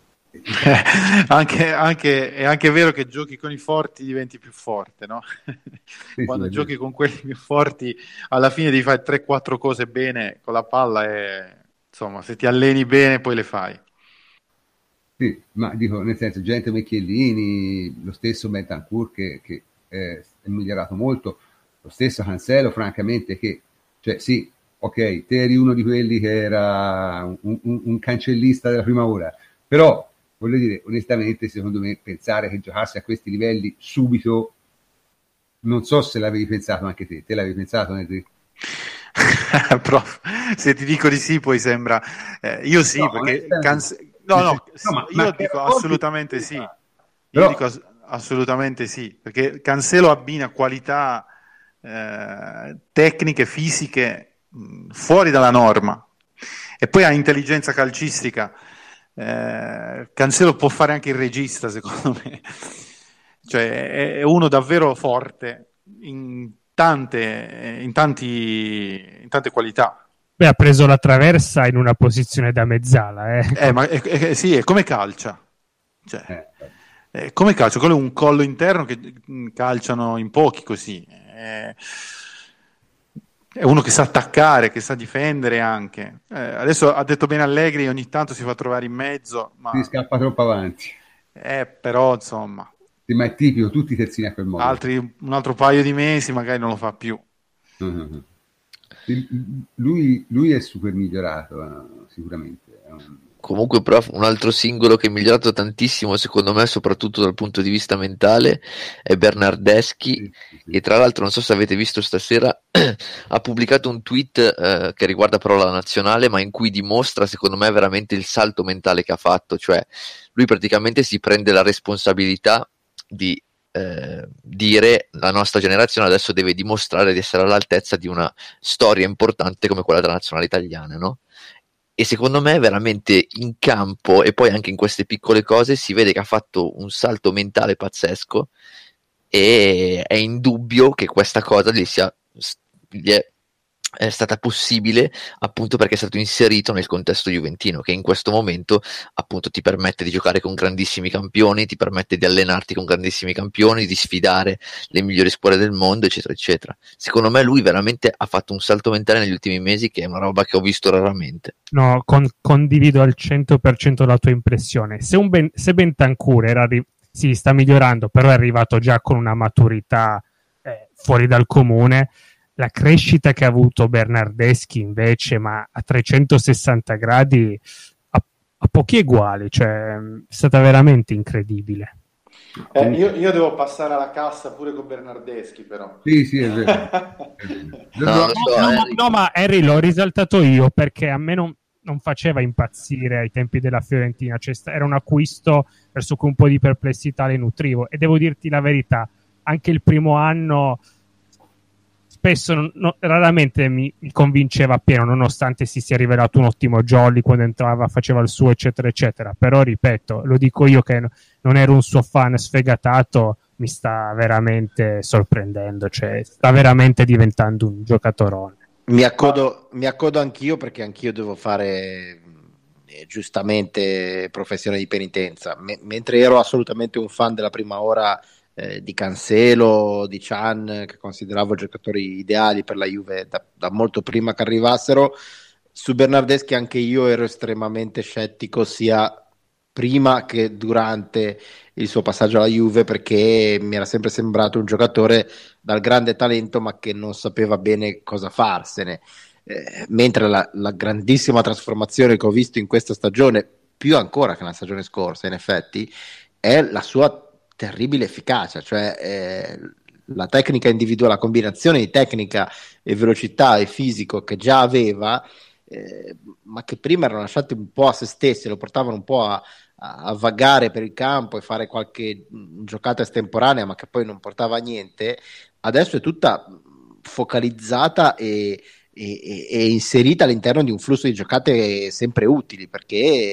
è anche vero che giochi con i forti diventi più forte, no? Sì, Quando sì, giochi con quelli più forti, alla fine devi fare 3-4 cose bene con la palla e insomma, se ti alleni bene poi le fai. Sì, ma dico, nel senso, gente come Chiellini, lo stesso Bentancur che è migliorato molto, lo stesso Cancelo, francamente, che, cioè sì, ok, te eri uno di quelli che era un cancellista della prima ora, però, voglio dire, onestamente, secondo me, pensare che giocasse a questi livelli subito, non so se l'avevi pensato anche te l'avevi pensato, Henry? Prof, se ti dico di sì, poi sembra... io sì, No, perché... no, io dico assolutamente sì. Però, Io dico assolutamente sì, perché Cancelo abbina qualità tecniche, fisiche fuori dalla norma, e poi ha intelligenza calcistica. Cancelo può fare anche il regista, secondo me. Cioè è uno davvero forte in tante qualità. Beh, ha preso la traversa in una posizione da mezzala. Ma sì, è come calcia. Cioè, come calcio, quello è un collo interno che calciano in pochi così. È uno che sa attaccare, che sa difendere anche. Adesso ha detto bene Allegri, ogni tanto si fa trovare in mezzo, ma si scappa troppo avanti. Però insomma, sì, ma è tipico, tutti i terzini a quel modo. Un altro paio di mesi magari non lo fa più. Uh-huh. Lui è super migliorato, sicuramente. Comunque, prof, un altro singolo che è migliorato tantissimo, secondo me, soprattutto dal punto di vista mentale, è Bernardeschi. Sì. E tra l'altro, non so se avete visto stasera, ha pubblicato un tweet che riguarda però la nazionale, ma in cui dimostra, secondo me, veramente il salto mentale che ha fatto. Cioè, lui praticamente si prende la responsabilità di dire: la nostra generazione adesso deve dimostrare di essere all'altezza di una storia importante come quella della nazionale italiana, no? E secondo me veramente in campo e poi anche in queste piccole cose si vede che ha fatto un salto mentale pazzesco, e è indubbio che questa cosa gli è stata possibile appunto perché è stato inserito nel contesto juventino, che in questo momento appunto ti permette di giocare con grandissimi campioni, ti permette di allenarti con grandissimi campioni, di sfidare le migliori squadre del mondo, eccetera eccetera. Secondo me lui veramente ha fatto un salto mentale negli ultimi mesi che è una roba che ho visto raramente. No, condivido al 100% la tua impressione. Se Bentancur sì, sta migliorando, però è arrivato già con una maturità fuori dal comune. La crescita che ha avuto Bernardeschi invece, ma a 360 gradi, a pochi eguali, cioè è stata veramente incredibile. Io devo passare alla cassa pure con Bernardeschi, però. Sì, è vero. No, ma Harry l'ho risaltato io perché a me non faceva impazzire ai tempi della Fiorentina, cioè era un acquisto verso cui un po' di perplessità le nutrivo, e devo dirti la verità, anche il primo anno spesso raramente mi convinceva appieno, nonostante si sia rivelato un ottimo jolly quando entrava, faceva il suo eccetera eccetera, però ripeto, lo dico io che non ero un suo fan sfegatato, mi sta veramente sorprendendo, cioè sta veramente diventando un giocatorone. Mi accodo anch'io, perché anch'io devo fare giustamente professione di penitenza. Mentre ero assolutamente un fan della prima ora di Cancelo, di Can, che consideravo giocatori ideali per la Juve da molto prima che arrivassero, su Bernardeschi anche io ero estremamente scettico, sia prima che durante il suo passaggio alla Juve, perché mi era sempre sembrato un giocatore dal grande talento ma che non sapeva bene cosa farsene, mentre la grandissima trasformazione che ho visto in questa stagione, più ancora che nella stagione scorsa in effetti, è la sua terribile efficacia, cioè la tecnica individuale, la combinazione di tecnica e velocità e fisico che già aveva, ma che prima erano lasciati un po' a se stessi, lo portavano un po' a vagare per il campo e fare qualche giocata estemporanea, ma che poi non portava a niente. Adesso è tutta focalizzata e inserita all'interno di un flusso di giocate sempre utili, perché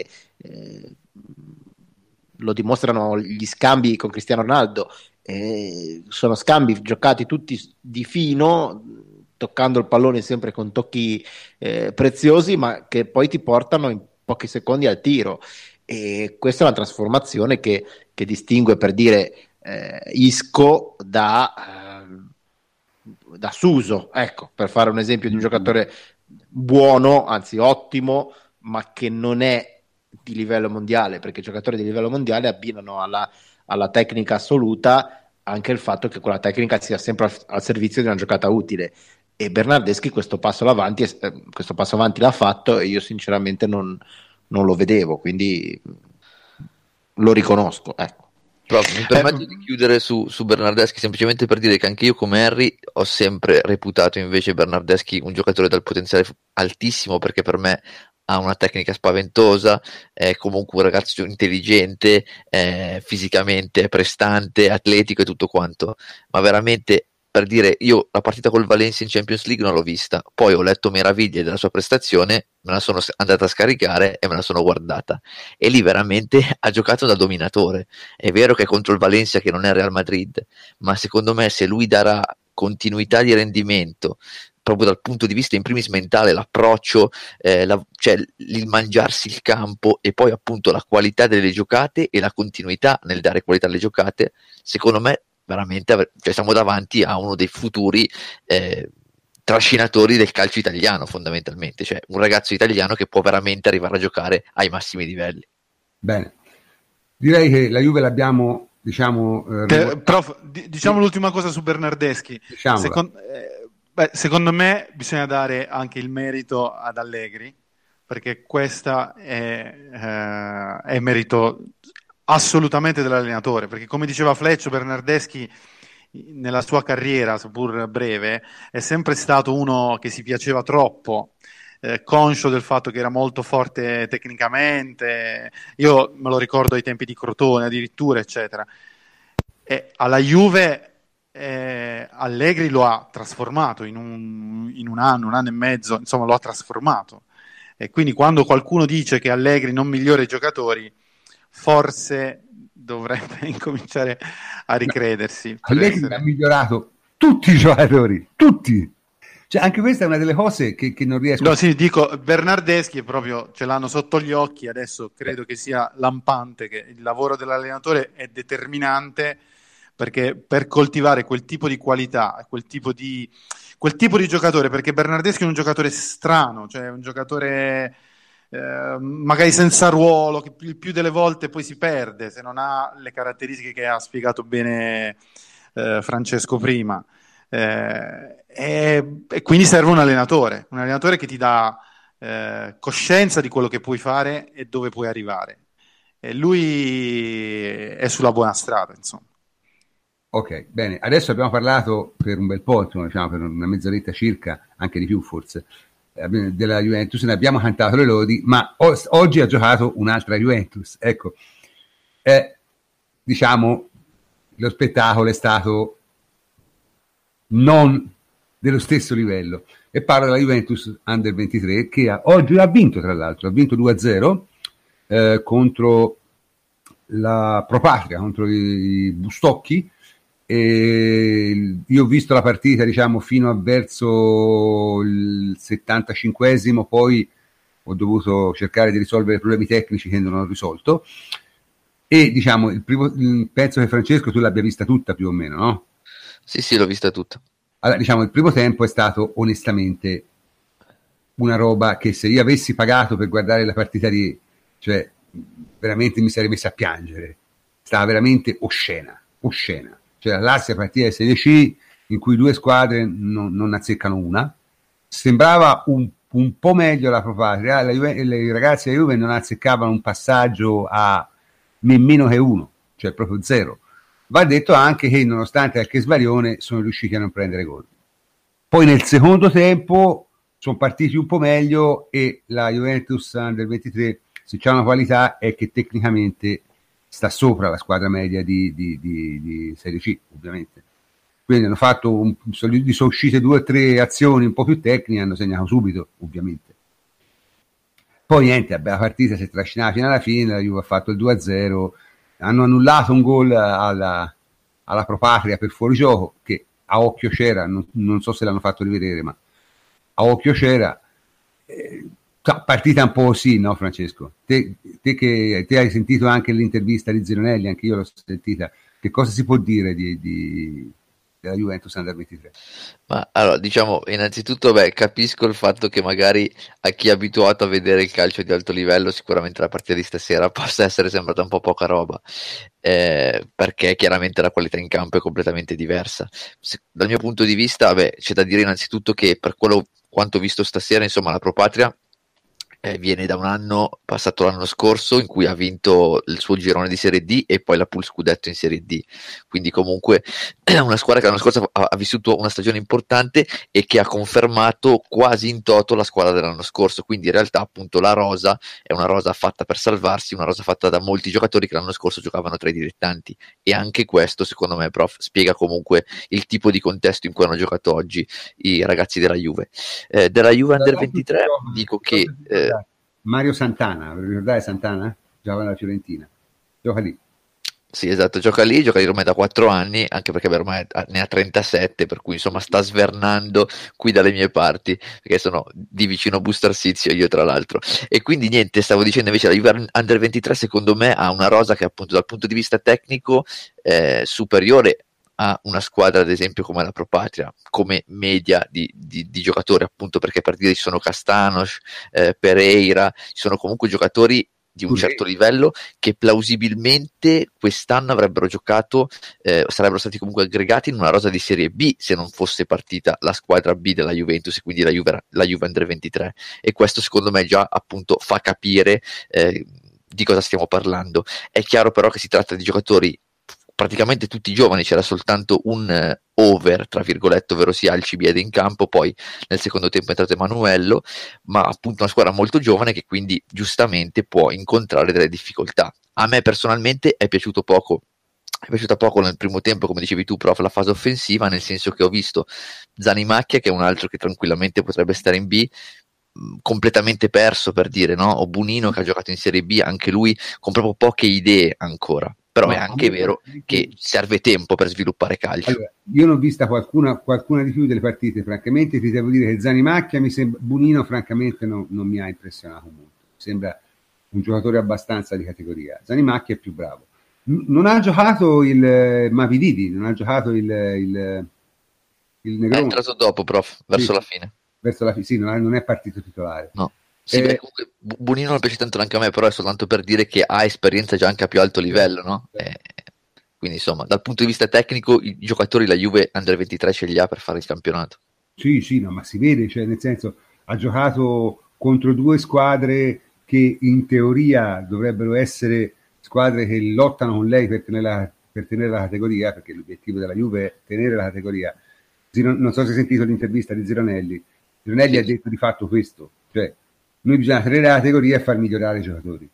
lo dimostrano gli scambi con Cristiano Ronaldo, sono scambi giocati tutti di fino, toccando il pallone sempre con tocchi preziosi, ma che poi ti portano in pochi secondi al tiro. E questa è una trasformazione che distingue, per dire, Isco da Suso, ecco, per fare un esempio di un giocatore buono, anzi ottimo, ma che non è di livello mondiale, perché i giocatori di livello mondiale abbinano alla tecnica assoluta anche il fatto che quella tecnica sia sempre al servizio di una giocata utile, e Bernardeschi questo passo avanti l'ha fatto, e io sinceramente non lo vedevo, quindi lo riconosco, ecco. Però mi permetto di chiudere su Bernardeschi semplicemente per dire che anche io, come Harry, ho sempre reputato invece Bernardeschi un giocatore dal potenziale altissimo, perché per me ha una tecnica spaventosa, è comunque un ragazzo intelligente, fisicamente prestante, atletico e tutto quanto, ma veramente, per dire, io la partita col Valencia in Champions League non l'ho vista, poi ho letto meraviglie della sua prestazione, me la sono andata a scaricare e me la sono guardata, e lì veramente ha giocato da dominatore. È vero che è contro il Valencia, che non è Real Madrid, ma secondo me se lui darà continuità di rendimento proprio dal punto di vista in primis mentale, l'approccio, cioè il mangiarsi il campo, e poi appunto la qualità delle giocate e la continuità nel dare qualità alle giocate, secondo me veramente siamo davanti a uno dei futuri trascinatori del calcio italiano, fondamentalmente, cioè un ragazzo italiano che può veramente arrivare a giocare ai massimi livelli. Bene, direi che la Juve l'abbiamo, diciamo, prof, diciamo l'ultima cosa su Bernardeschi. Secondo me bisogna dare anche il merito ad Allegri, perché questa è merito assolutamente dell'allenatore, perché come diceva Fleccio, Bernardeschi nella sua carriera, seppur breve, è sempre stato uno che si piaceva troppo, conscio del fatto che era molto forte tecnicamente. Un me lo ricordo ai tempi di Crotone addirittura, eccetera. E alla Juve Allegri lo ha trasformato in un anno e mezzo, insomma lo ha trasformato, e quindi quando qualcuno dice che Allegri non migliora i giocatori, forse dovrebbe incominciare a ricredersi. Allegri ha migliorato tutti i giocatori, tutti. Cioè, anche questa è una delle cose che non riesco No, sì, dico, Bernardeschi è proprio, ce l'hanno sotto gli occhi, adesso credo che sia lampante, che il lavoro dell'allenatore è determinante, perché per coltivare quel tipo di qualità, quel tipo di giocatore, perché Bernardeschi è un giocatore strano, cioè un giocatore magari senza ruolo, che il più delle volte poi si perde se non ha le caratteristiche che ha spiegato bene Francesco prima, e quindi serve un allenatore che ti dà coscienza di quello che puoi fare e dove puoi arrivare, e lui è sulla buona strada, insomma. Ok, bene, adesso abbiamo parlato per un bel po', insomma, diciamo per una mezz'oretta circa, anche di più forse, della Juventus, ne abbiamo cantato le lodi, ma oggi ha giocato un'altra Juventus, ecco. Diciamo, lo spettacolo è stato non dello stesso livello, e parlo della Juventus Under 23 che oggi ha vinto, tra l'altro, ha vinto 2-0 contro la Pro Patria, contro i Bustocchi. E io ho visto la partita, diciamo, fino a verso il 75esimo, poi ho dovuto cercare di risolvere problemi tecnici che non ho risolto, e diciamo penso che Francesco tu l'abbia vista tutta più o meno, no? Sì, l'ho vista tutta. Allora, diciamo, il primo tempo è stato onestamente una roba che, se io avessi pagato per guardare la partita cioè veramente mi sarei messo a piangere. Stava veramente oscena. Cioè la classica partita di Serie C in cui due squadre non azzeccano una. Sembrava un po' meglio la Pro Patria, i ragazzi della Juve non azzeccavano un passaggio a nemmeno che uno, cioè proprio zero. Va detto anche che, nonostante qualche svarione, sono riusciti a non prendere gol. Poi nel secondo tempo sono partiti un po' meglio, e la Juventus Under 23, se c'è una qualità, è che tecnicamente sta sopra la squadra media di Serie C, ovviamente. Quindi hanno fatto sono uscite 2 o 3 azioni un po' più tecniche, hanno segnato subito, ovviamente. Poi niente, la partita si è trascinata fino alla fine, la Juve ha fatto il 2-0, hanno annullato un gol alla Pro Patria per fuorigioco, che a occhio c'era, non so se l'hanno fatto rivedere, ma a occhio c'era. Partita un po' così, no Francesco? Te hai sentito anche l'intervista di Zironelli, anche io l'ho sentita. Che cosa si può dire della Juventus Under 23? Ma allora, diciamo, innanzitutto, capisco il fatto che magari a chi è abituato a vedere il calcio di alto livello, sicuramente la partita di stasera possa essere sembrata un po' poca roba, perché chiaramente la qualità in campo è completamente diversa. Dal mio punto di vista, c'è da dire innanzitutto che, per quanto visto stasera, insomma, la Pro Patria viene da un anno passato, l'anno scorso, in cui ha vinto il suo girone di Serie D e poi la Pool Scudetto in Serie D, quindi comunque è una squadra che l'anno scorso ha vissuto una stagione importante e che ha confermato quasi in toto la squadra dell'anno scorso. Quindi in realtà, appunto, la rosa è una rosa fatta per salvarsi, una rosa fatta da molti giocatori che l'anno scorso giocavano tra i dilettanti, e anche questo, secondo me, prof, spiega comunque il tipo di contesto in cui hanno giocato oggi i ragazzi della Juve. Della Juve Under 23 dico che Mario Santana, vi ricordate Santana? Giocava nella Fiorentina, gioca lì. Sì, esatto, gioca lì ormai da 4 anni, anche perché ormai ne ha 37, per cui insomma sta svernando qui dalle mie parti, perché sono di vicino Bustarsizio io, tra l'altro. E quindi niente, stavo dicendo, invece la Juve Under 23 secondo me ha una rosa che, appunto, dal punto di vista tecnico superiore a una squadra, ad esempio, come la Pro Patria, come media di giocatori, appunto perché per dire ci sono Castanos, Pereira, ci sono comunque giocatori di un certo livello che plausibilmente quest'anno avrebbero giocato, sarebbero stati comunque aggregati in una rosa di Serie B se non fosse partita la squadra B della Juventus, e quindi la Juve Under 23, e questo secondo me già, appunto, fa capire di cosa stiamo parlando. È chiaro però che si tratta di giocatori praticamente tutti giovani, c'era soltanto un over, tra virgolette, ovvero sia Alcibiade in campo, poi nel secondo tempo è entrato Emanuello, ma appunto una squadra molto giovane che quindi giustamente può incontrare delle difficoltà. A me personalmente è piaciuta poco nel primo tempo, come dicevi tu, prof, la fase offensiva, nel senso che ho visto Zanimacchia, che è un altro che tranquillamente potrebbe stare in B, completamente perso, per dire, no? O Bunino, che ha giocato in Serie B, anche lui con proprio poche idee ancora. Però è anche vero che serve tempo per sviluppare calcio. Allora, io ne ho vista qualcuna di più delle partite, francamente ti devo dire che Zanimacchia Bunino francamente non mi ha impressionato molto, sembra un giocatore abbastanza di categoria. Zanimacchia è più bravo. Non ha giocato il Mavididi, non ha giocato il Negroni. È entrato dopo, prof, verso la fine. Sì, non è partito titolare. No. Sì, comunque Bunino non piace tanto anche a me, però è soltanto per dire che ha esperienza già anche a più alto livello, no? Quindi insomma, dal punto di vista tecnico, i giocatori la Juve Under 23 ce li ha per fare il campionato. Sì, no, ma si vede, cioè, nel senso, ha giocato contro 2 squadre che in teoria dovrebbero essere squadre che lottano con lei per tenere la categoria, perché l'obiettivo della Juve è tenere la categoria. Non so se hai sentito l'intervista di Zironelli. Gironelli ha detto di fatto questo, cioè noi bisogna tenere la categoria e far migliorare i giocatori.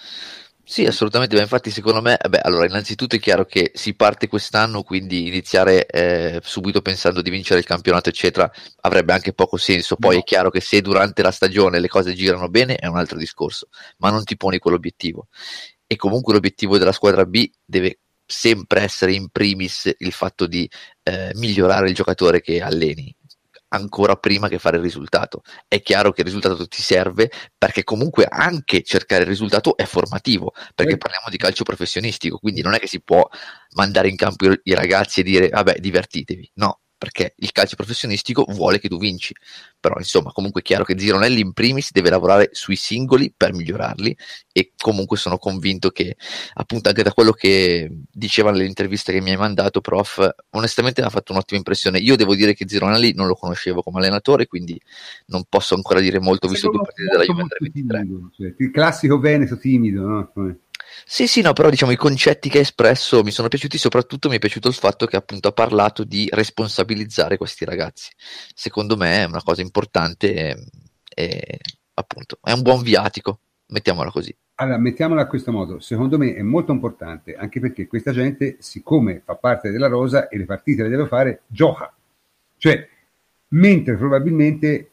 Sì, assolutamente, ma infatti secondo me, allora innanzitutto è chiaro che si parte quest'anno, quindi iniziare subito pensando di vincere il campionato eccetera avrebbe anche poco senso. Poi è chiaro che se durante la stagione le cose girano bene è un altro discorso, ma non ti poni quell'obiettivo. E comunque l'obiettivo della squadra B deve sempre essere in primis il fatto di migliorare il giocatore che alleni, ancora prima che fare il risultato. È chiaro che il risultato ti serve perché comunque anche cercare il risultato è formativo, perché parliamo di calcio professionistico, quindi non è che si può mandare in campo i ragazzi e dire vabbè divertitevi, no, perché il calcio professionistico vuole che tu vinci. Però insomma comunque è chiaro che Gironelli in primis deve lavorare sui singoli per migliorarli, e comunque sono convinto che appunto anche da quello che diceva nell'intervista che mi hai mandato, prof, onestamente mi ha fatto un'ottima impressione. Io devo dire che Gironelli non lo conoscevo come allenatore, quindi non posso ancora dire molto, visto due partite della Juventus 23. Timido, cioè, il classico veneto timido, no? Sì, no, però diciamo i concetti che ha espresso mi sono piaciuti, soprattutto mi è piaciuto il fatto che appunto ha parlato di responsabilizzare questi ragazzi. Secondo me è una cosa importante e appunto è un buon viatico, mettiamola così. Allora, mettiamola a questo modo, secondo me è molto importante, anche perché questa gente, siccome fa parte della rosa e le partite le deve fare, gioca. Cioè, mentre probabilmente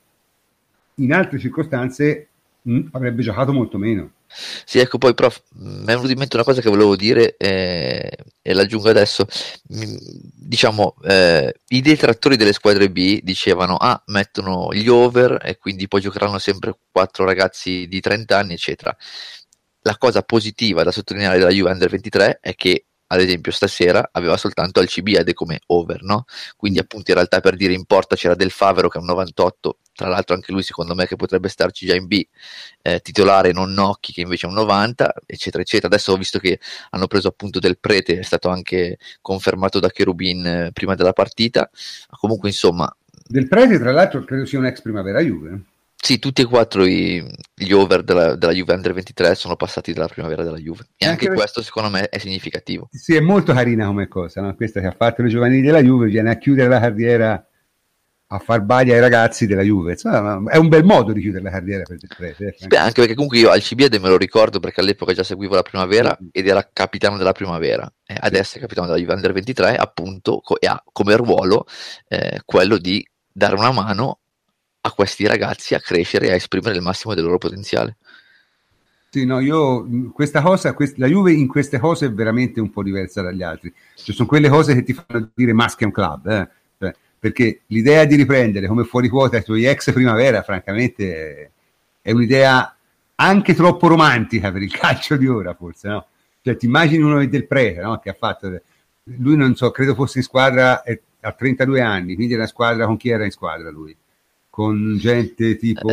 in altre circostanze avrebbe giocato molto meno. Sì, ecco, poi prof, mi è venuto in mente una cosa che volevo dire e l'aggiungo adesso. Diciamo, i detrattori delle squadre B dicevano mettono gli over e quindi poi giocheranno sempre 4 ragazzi di 30 anni eccetera. La cosa positiva da sottolineare della Juve Under 23 è che ad esempio stasera aveva soltanto Alcibiade come over, no? Quindi appunto in realtà, per dire, in porta c'era Del Favero che è un 98, tra l'altro anche lui secondo me che potrebbe starci già in B, titolare, non Nocchi che invece è un 90, eccetera eccetera. Adesso ho visto che hanno preso appunto Del Prete, è stato anche confermato da Cherubin prima della partita. Comunque insomma, Del Prete tra l'altro credo sia un ex Primavera Juve. Sì, tutti e 4 gli over della Juve Under 23 sono passati dalla Primavera della Juve, e anche questo secondo me è significativo. Sì, è molto carina come cosa, no? Questa che ha fatto le giovanili della Juve, viene a chiudere la carriera, a far baglia ai ragazzi della Juve. Insomma, è un bel modo di chiudere la carriera per Del Prete. Anche perché comunque io Alcibiade me lo ricordo perché all'epoca già seguivo la Primavera ed era capitano della Primavera, adesso è capitano della Juve Under 23 appunto, e ha come ruolo quello di dare una mano a questi ragazzi a crescere e a esprimere il massimo del loro potenziale. Sì, no, io questa cosa, la Juve in queste cose è veramente un po' diversa dagli altri. Cioè, sono quelle cose che ti fanno dire maschio è un club, cioè, perché l'idea di riprendere come fuori quota i tuoi ex Primavera, francamente, è un'idea anche troppo romantica per il calcio di ora, forse, no? Cioè, ti immagini uno Del Prete, no? Che ha fatto, lui non so, credo fosse in squadra a 32 anni, quindi era squadra, con chi era in squadra lui? Con gente tipo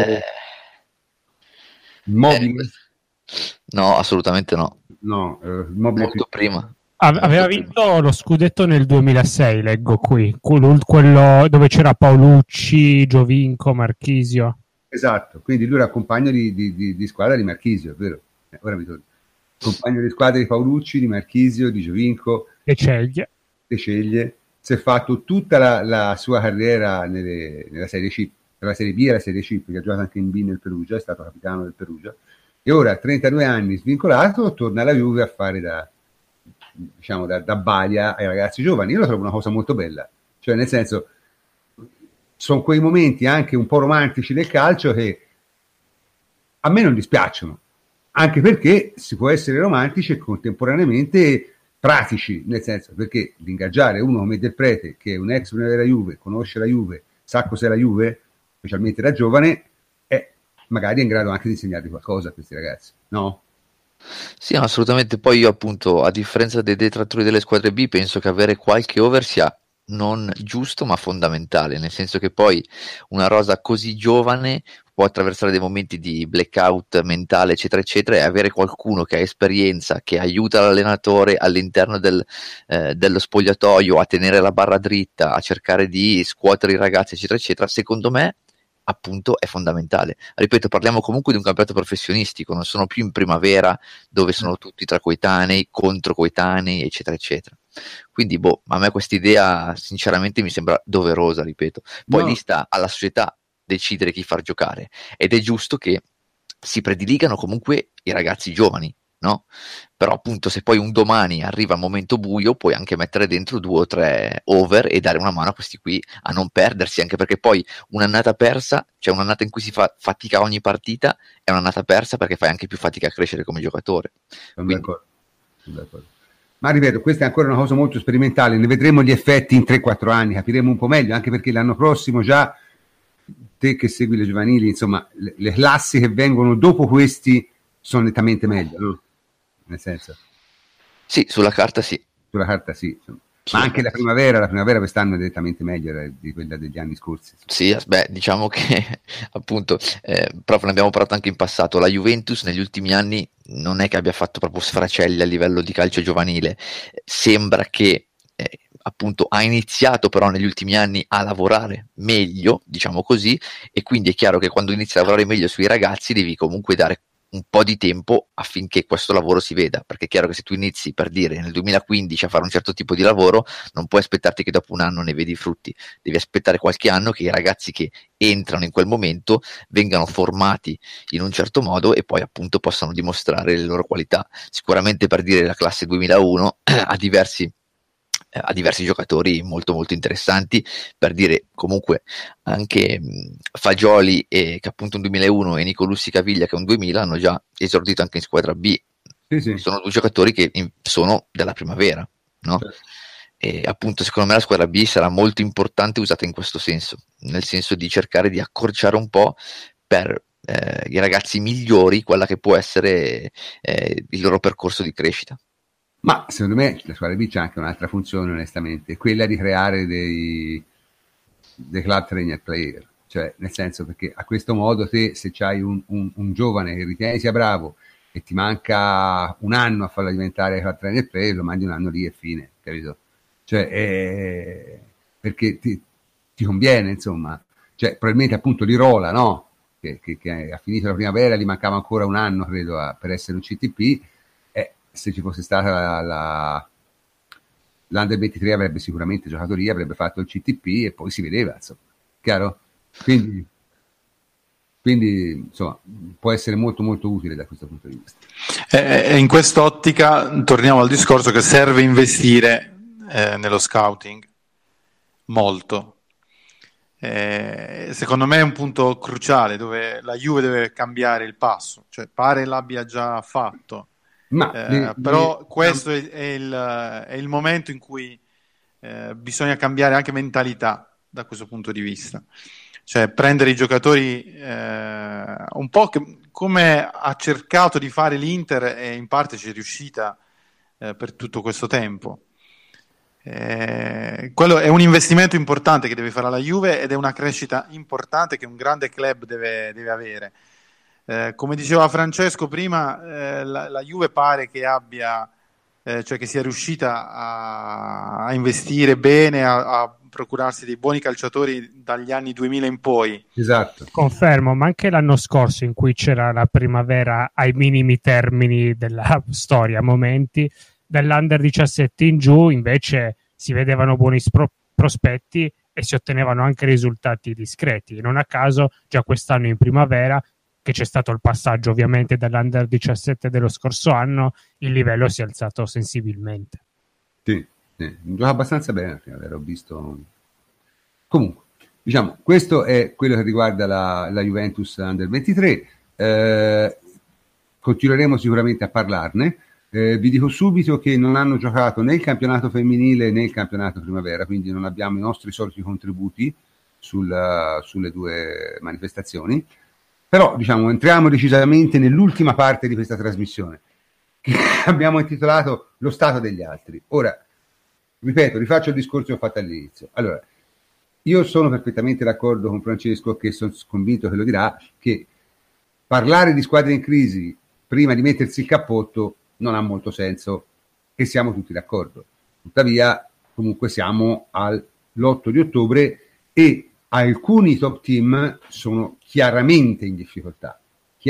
Immobile? No, assolutamente no. No, molto prima. Aveva vinto lo scudetto nel 2006, leggo qui, quello dove c'era Paolucci, Giovinco, Marchisio. Esatto, quindi lui era compagno di squadra di Marchisio, vero? Ora mi torno. Compagno di squadra di Paolucci, di Marchisio, di Giovinco, De Ceglie. Si è fatto tutta la sua carriera nella Serie C, nella Serie B e la Serie C, perché ha giocato anche in B nel Perugia, è stato capitano del Perugia, e ora a 32 anni svincolato torna alla Juve a fare da baglia ai ragazzi giovani. Io lo trovo una cosa molto bella, cioè nel senso, sono quei momenti anche un po' romantici del calcio che a me non dispiacciono, anche perché si può essere romantici e contemporaneamente pratici, nel senso, perché ingaggiare uno come Del Prete, che è un ex Primavera Juve, conosce la Juve, sa cos'è la Juve, specialmente da giovane, magari è in grado anche di insegnargli qualcosa a questi ragazzi, no? Sì, assolutamente. Poi io appunto, a differenza dei detrattori delle squadre B, penso che avere qualche over sia non giusto ma fondamentale, nel senso che poi una rosa così giovane può attraversare dei momenti di blackout mentale eccetera eccetera, e avere qualcuno che ha esperienza, che aiuta l'allenatore all'interno dello spogliatoio a tenere la barra dritta, a cercare di scuotere i ragazzi eccetera eccetera, secondo me appunto è fondamentale. Ripeto, parliamo comunque di un campionato professionistico, non sono più in primavera dove sono tutti tra coetanei, contro coetanei eccetera eccetera. Quindi a me questa idea sinceramente mi sembra doverosa, ripeto. Poi lì sta alla società decidere chi far giocare, ed è giusto che si prediligano comunque i ragazzi giovani, no? Però appunto se poi un domani arriva il momento buio puoi anche mettere dentro 2 o 3 over e dare una mano a questi qui a non perdersi, anche perché poi un'annata persa, cioè un'annata in cui si fa fatica ogni partita, è un'annata persa perché fai anche più fatica a crescere come giocatore. Sono d'accordo. Ma ripeto, questa è ancora una cosa molto sperimentale, ne vedremo gli effetti in 3-4 anni, capiremo un po' meglio, anche perché l'anno prossimo già, te che segui le giovanili, insomma, le classi che vengono dopo questi sono nettamente meglio, no? Nel senso, Sì, sulla carta sì. sulla carta sì, insomma. Ma anche la primavera quest'anno è nettamente meglio di quella degli anni scorsi. Sì, diciamo che appunto, proprio ne abbiamo parlato anche in passato, la Juventus negli ultimi anni non è che abbia fatto proprio sfracelli a livello di calcio giovanile, sembra che appunto ha iniziato però negli ultimi anni a lavorare meglio, diciamo così, e quindi è chiaro che quando inizi a lavorare meglio sui ragazzi devi comunque dare un po' di tempo affinché questo lavoro si veda, perché è chiaro che se tu inizi, per dire, nel 2015 a fare un certo tipo di lavoro, non puoi aspettarti che dopo un anno ne vedi i frutti, devi aspettare qualche anno che i ragazzi che entrano in quel momento vengano formati in un certo modo e poi appunto possano dimostrare le loro qualità. Sicuramente, per dire, la classe 2001 ha diversi giocatori molto molto interessanti, per dire comunque anche Fagioli, che appunto un 2001, e Nicolussi Caviglia che è un 2000 hanno già esordito anche in squadra B. Sì. Sono 2 giocatori che sono della primavera, no? Certo. E appunto secondo me la squadra B sarà molto importante usata in questo senso, nel senso di cercare di accorciare un po' per i ragazzi migliori quella che può essere il loro percorso di crescita. Ma secondo me la squadra B c'ha anche un'altra funzione, onestamente, quella di creare dei club trainer player, cioè nel senso, perché a questo modo te, se c'hai un giovane che ritieni sia bravo e ti manca un anno a farlo diventare club trainer player, lo mandi un anno lì e fine, capito? Cioè perché ti conviene, insomma, cioè probabilmente appunto Lirola, no? Che ha finito la primavera, gli mancava ancora un anno, credo, per essere un CTP. Se ci fosse stata l'Under 23 avrebbe sicuramente giocato lì, avrebbe fatto il CTP e poi si vedeva, insomma, chiaro? Quindi insomma può essere molto molto utile da questo punto di vista. In quest'ottica torniamo al discorso che serve investire nello scouting molto. Secondo me è un punto cruciale dove la Juve deve cambiare il passo, cioè pare l'abbia già fatto. Però questo è il momento in cui bisogna cambiare anche mentalità da questo punto di vista, cioè prendere i giocatori un po' come ha cercato di fare l'Inter e in parte ci è riuscita per tutto questo tempo. Quello è un investimento importante che deve fare la Juve ed è una crescita importante che un grande club deve avere. Come diceva Francesco prima, la Juve pare che abbia, cioè che sia riuscita a investire bene, a procurarsi dei buoni calciatori dagli anni 2000 in poi. Esatto. Confermo, ma anche l'anno scorso in cui c'era la primavera ai minimi termini della storia, momenti, dall'Under 17 in giù invece si vedevano buoni prospetti e si ottenevano anche risultati discreti. Non a caso già quest'anno in primavera, che c'è stato il passaggio ovviamente dall'Under 17 dello scorso anno, il livello si è alzato sensibilmente. Sì. Gioca abbastanza bene, ho visto. Comunque, diciamo, questo è quello che riguarda la Juventus Under 23. Continueremo sicuramente a parlarne. Vi dico subito che non hanno giocato né il campionato femminile né il campionato primavera, quindi non abbiamo i nostri soliti contributi sulle 2 manifestazioni. Però diciamo entriamo decisamente nell'ultima parte di questa trasmissione che abbiamo intitolato Lo stato degli altri. Ora, ripeto, rifaccio il discorso che ho fatto all'inizio. Allora, io sono perfettamente d'accordo con Francesco, che sono convinto che lo dirà, che parlare di squadre in crisi prima di mettersi il cappotto non ha molto senso, e siamo tutti d'accordo. Tuttavia, comunque siamo all'8 di ottobre e alcuni top team sono chiaramente in difficoltà.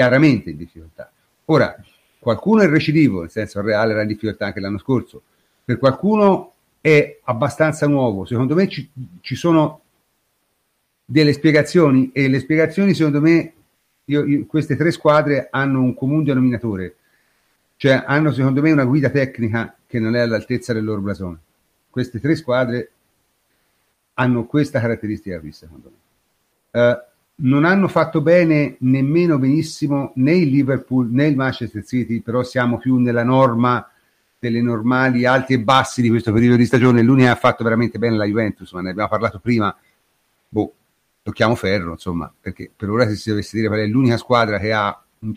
Ora, qualcuno è recidivo, nel senso il Reale era in difficoltà anche l'anno scorso, per qualcuno è abbastanza nuovo. Secondo me ci sono delle spiegazioni, e le spiegazioni secondo me, queste tre squadre hanno un comune denominatore, cioè hanno secondo me una guida tecnica che non è all'altezza del loro blasone. Queste tre squadre hanno questa caratteristica qui, secondo me. Non hanno fatto bene nemmeno benissimo né il Liverpool né il Manchester City, però siamo più nella norma delle normali alti e bassi di questo periodo di stagione. L'unica ha fatto veramente bene la Juventus, ma ne abbiamo parlato prima, tocchiamo ferro, insomma, perché per ora, se si dovesse dire qual è l'unica squadra che ha una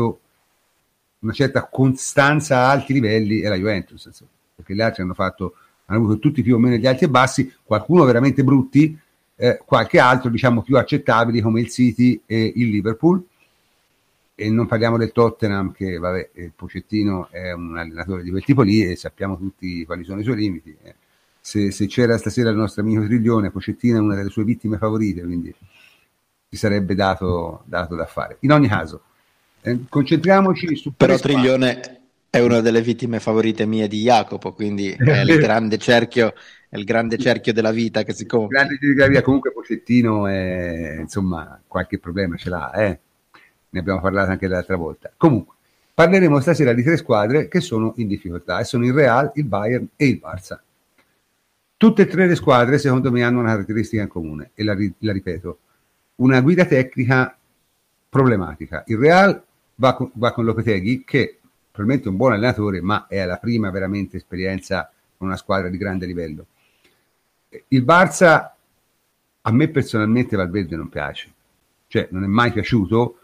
certa costanza a alti livelli, è la Juventus, insomma, perché gli altri hanno avuto tutti più o meno gli alti e bassi, qualcuno veramente brutti, qualche altro diciamo più accettabili come il City e il Liverpool, e non parliamo del Tottenham, che vabbè, il Pochettino è un allenatore di quel tipo lì e sappiamo tutti quali sono i suoi limiti. Se c'era stasera il nostro amico Triglione, Pochettino è una delle sue vittime favorite, quindi ci sarebbe dato da fare. In ogni caso, concentriamoci su... Però Triglione è una delle vittime favorite mie di Jacopo, quindi è il grande cerchio della vita che si compie. Grande cerchio della vita. Comunque Pochettino insomma, qualche problema ce l'ha, ne abbiamo parlato anche l'altra volta. Comunque, parleremo stasera di tre squadre che sono in difficoltà, e sono il Real, il Bayern e il Barça. Tutte e tre le squadre, secondo me, hanno una caratteristica in comune, e la ripeto, una guida tecnica problematica. Il Real va con Lopetegui, che probabilmente è un buon allenatore, ma è la prima veramente esperienza con una squadra di grande livello. Il Barça, a me personalmente Valverde non piace, cioè non è mai piaciuto,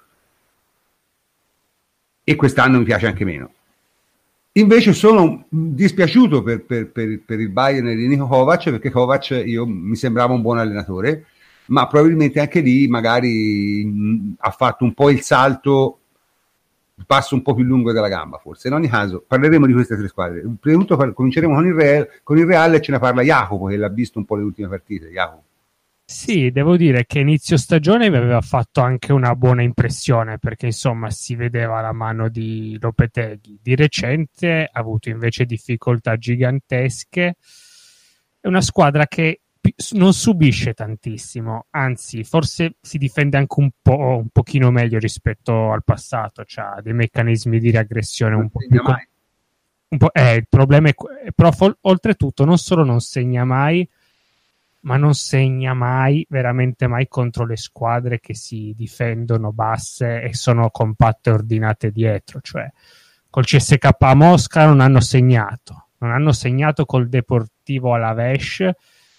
e quest'anno mi piace anche meno. Invece sono dispiaciuto per il Bayern di Niko Kovac, perché Kovac mi sembrava un buon allenatore, ma probabilmente anche lì magari ha fatto un po' il passo un po' più lungo della gamba, forse. In ogni caso parleremo di queste tre squadre. Prima di tutto cominceremo con il Real, e ce ne parla Jacopo, che l'ha visto un po' le ultime partite. Jacopo. Sì, devo dire che inizio stagione mi aveva fatto anche una buona impressione, perché insomma si vedeva la mano di Lopetegui. Di recente ha avuto invece difficoltà gigantesche. È una squadra che non subisce tantissimo, anzi forse si difende anche un pochino meglio rispetto al passato, c'ha dei meccanismi di reaggressione un po' più... il problema è però oltretutto non solo non segna mai, ma non segna mai, veramente mai, contro le squadre che si difendono basse e sono compatte e ordinate dietro. Cioè col CSKA a Mosca non hanno segnato col Deportivo Alavés,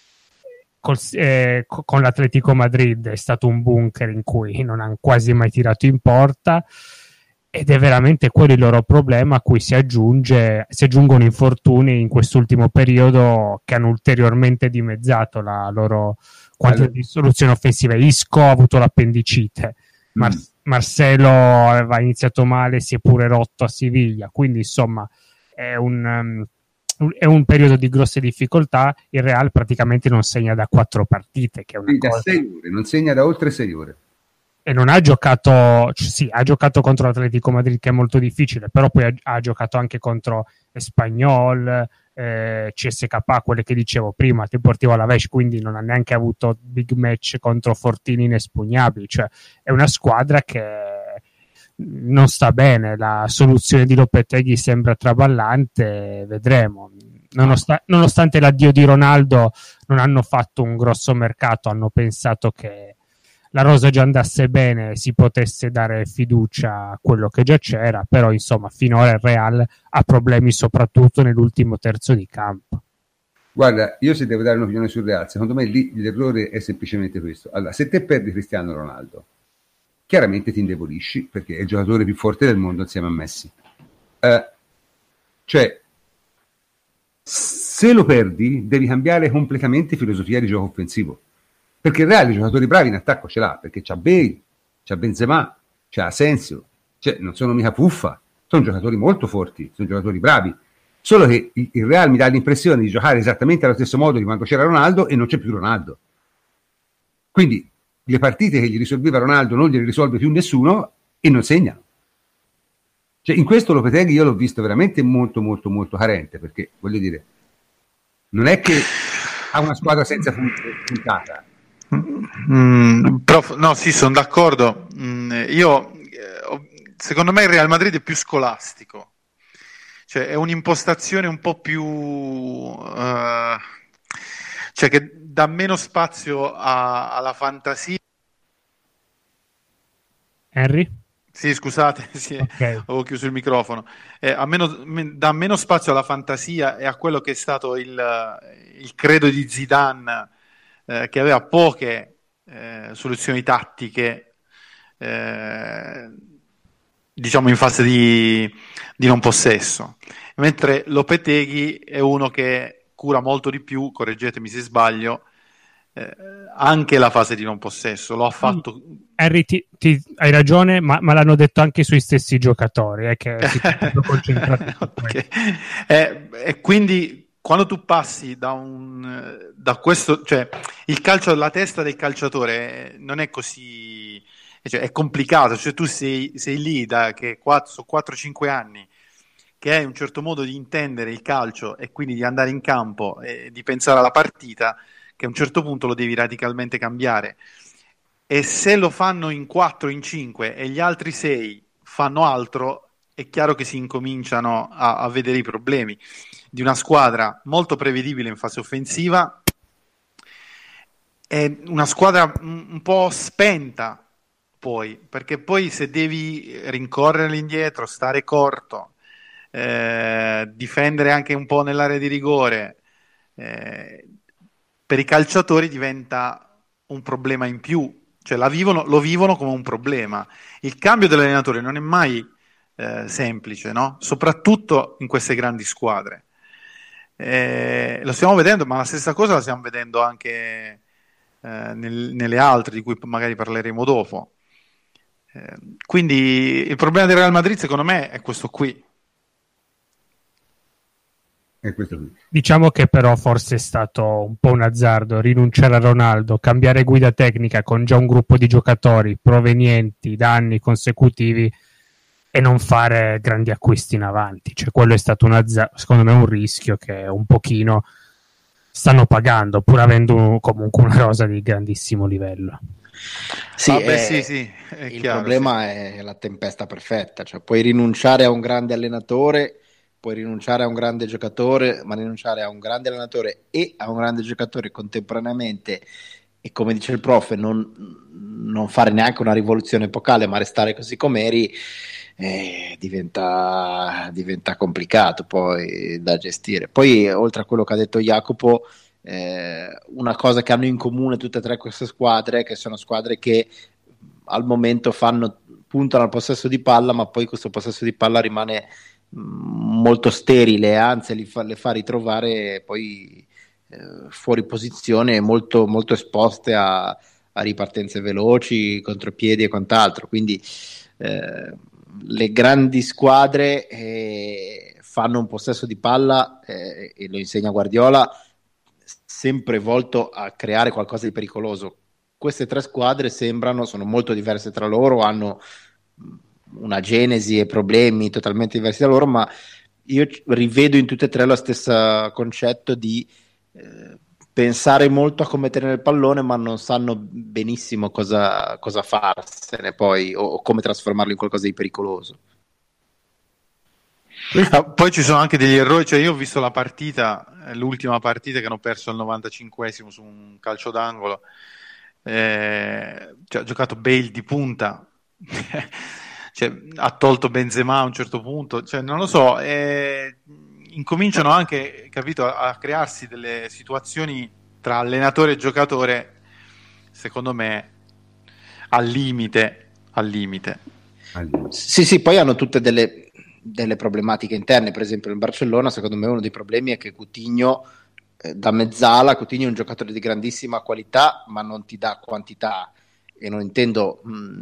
con l'Atletico Madrid è stato un bunker in cui non hanno quasi mai tirato in porta, ed è veramente quello il loro problema, a cui si aggiungono infortuni in quest'ultimo periodo che hanno ulteriormente dimezzato la loro quantità di soluzioni offensive. Isco ha avuto l'appendicite, Marcelo aveva iniziato male, si è pure rotto a Siviglia, quindi insomma è un periodo di grosse difficoltà. Il Real praticamente non segna da 4 partite, che è una cosa... 6 ore, non segna da oltre 6 ore. E non ha giocato, ha giocato contro l'Atletico Madrid, che è molto difficile, però poi ha giocato anche contro Espanyol, CSKA, quelle che dicevo prima, Deportivo Alavés, quindi non ha neanche avuto big match contro fortini inespugnabili. Cioè è una squadra che non sta bene. La soluzione di Lopetegui sembra traballante, vedremo. Nonostante l'addio di Ronaldo, non hanno fatto un grosso mercato, hanno pensato che la rosa già andasse bene, si potesse dare fiducia a quello che già c'era, però insomma finora il Real ha problemi soprattutto nell'ultimo terzo di campo. Guarda, io se devo dare un'opinione sul Real, secondo me lì l'errore è semplicemente questo. Allora, se te perdi Cristiano Ronaldo, chiaramente ti indebolisci, perché è il giocatore più forte del mondo insieme a Messi. Cioè, se lo perdi, devi cambiare completamente filosofia di gioco offensivo. Perché il Real i giocatori bravi in attacco ce l'ha, perché c'ha Bale, c'ha Benzema, c'ha Asensio, cioè non sono mica puffa, sono giocatori molto forti, sono giocatori bravi, solo che il Real mi dà l'impressione di giocare esattamente allo stesso modo di quando c'era Ronaldo e non c'è più Ronaldo. Quindi le partite che gli risolveva Ronaldo non gliele risolve più nessuno e non segna. Cioè in questo Lopetegui io l'ho visto veramente molto molto molto carente, perché voglio dire, non è che ha una squadra senza puntata, No, sì, sono d'accordo. Secondo me il Real Madrid è più scolastico, cioè è un'impostazione un po' più, cioè che dà meno spazio alla fantasia. Henry? Sì, scusate, sì, Ok. avevo chiuso il microfono. Dà meno spazio alla fantasia e a quello che è stato il credo di Zidane, che aveva poche soluzioni tattiche, diciamo in fase di non possesso. Mentre Lopetegui è uno che cura molto di più, correggetemi se sbaglio, anche la fase di non possesso. Lo ha fatto. Harry, hai ragione, ma l'hanno detto anche sui stessi giocatori, che si sono concentrati su Okay. E quindi quando tu passi da questo, cioè il calcio alla testa del calciatore non è così, cioè, è complicato, cioè tu sei lì da che 4-5 anni che hai un certo modo di intendere il calcio e quindi di andare in campo e di pensare alla partita, che a un certo punto lo devi radicalmente cambiare. E se lo fanno in 4, in 5 e gli altri 6 fanno altro, è chiaro che si incominciano a vedere i problemi di una squadra molto prevedibile in fase offensiva e una squadra un po' spenta poi, perché poi se devi rincorrere all'indietro, stare corto, difendere anche un po' nell'area di rigore, per i calciatori diventa un problema in più, cioè lo vivono come un problema. Il cambio dell'allenatore non è mai semplice, no? Soprattutto in queste grandi squadre. Lo stiamo vedendo, ma la stessa cosa la stiamo vedendo anche nelle altre, di cui magari parleremo dopo. Quindi il problema del Real Madrid, secondo me, è questo qui. Diciamo che però forse è stato un po' un azzardo rinunciare a Ronaldo, cambiare guida tecnica con già un gruppo di giocatori provenienti da anni consecutivi e non fare grandi acquisti in avanti. Cioè, quello è stato secondo me un rischio che un pochino stanno pagando, pur avendo comunque una rosa di grandissimo livello. Sì, sì, è il chiaro, problema è la tempesta perfetta, cioè puoi rinunciare a un grande allenatore, puoi rinunciare a un grande giocatore, ma rinunciare a un grande allenatore e a un grande giocatore contemporaneamente e, come dice il prof, non fare neanche una rivoluzione epocale, ma restare così com'eri, diventa complicato poi da gestire. Poi, oltre a quello che ha detto Jacopo, una cosa che hanno in comune tutte e tre queste squadre, che sono squadre che al momento puntano al possesso di palla, ma poi questo possesso di palla rimane molto sterile, anzi le fa ritrovare poi fuori posizione, molto, molto esposte a ripartenze veloci, contropiedi e quant'altro. Quindi le grandi squadre fanno un possesso di palla, e lo insegna Guardiola, sempre volto a creare qualcosa di pericoloso. Queste tre squadre sono molto diverse tra loro, hanno una genesi e problemi totalmente diversi da loro, ma io rivedo in tutte e tre lo stesso concetto di pensare molto a come tenere il pallone, ma non sanno benissimo cosa farsene poi o come trasformarlo in qualcosa di pericoloso. Poi ci sono anche degli errori, cioè io ho visto la partita, l'ultima partita che hanno perso al 95esimo su un calcio d'angolo, cioè, ha giocato Bale di punta, cioè, ha tolto Benzema a un certo punto, cioè, non lo so, incominciano anche, capito, a crearsi delle situazioni tra allenatore e giocatore, secondo me, al limite. Sì, poi hanno tutte delle problematiche interne. Per esempio il Barcellona, secondo me uno dei problemi è che Coutinho, da mezzala, Coutinho è un giocatore di grandissima qualità ma non ti dà quantità, e non intendo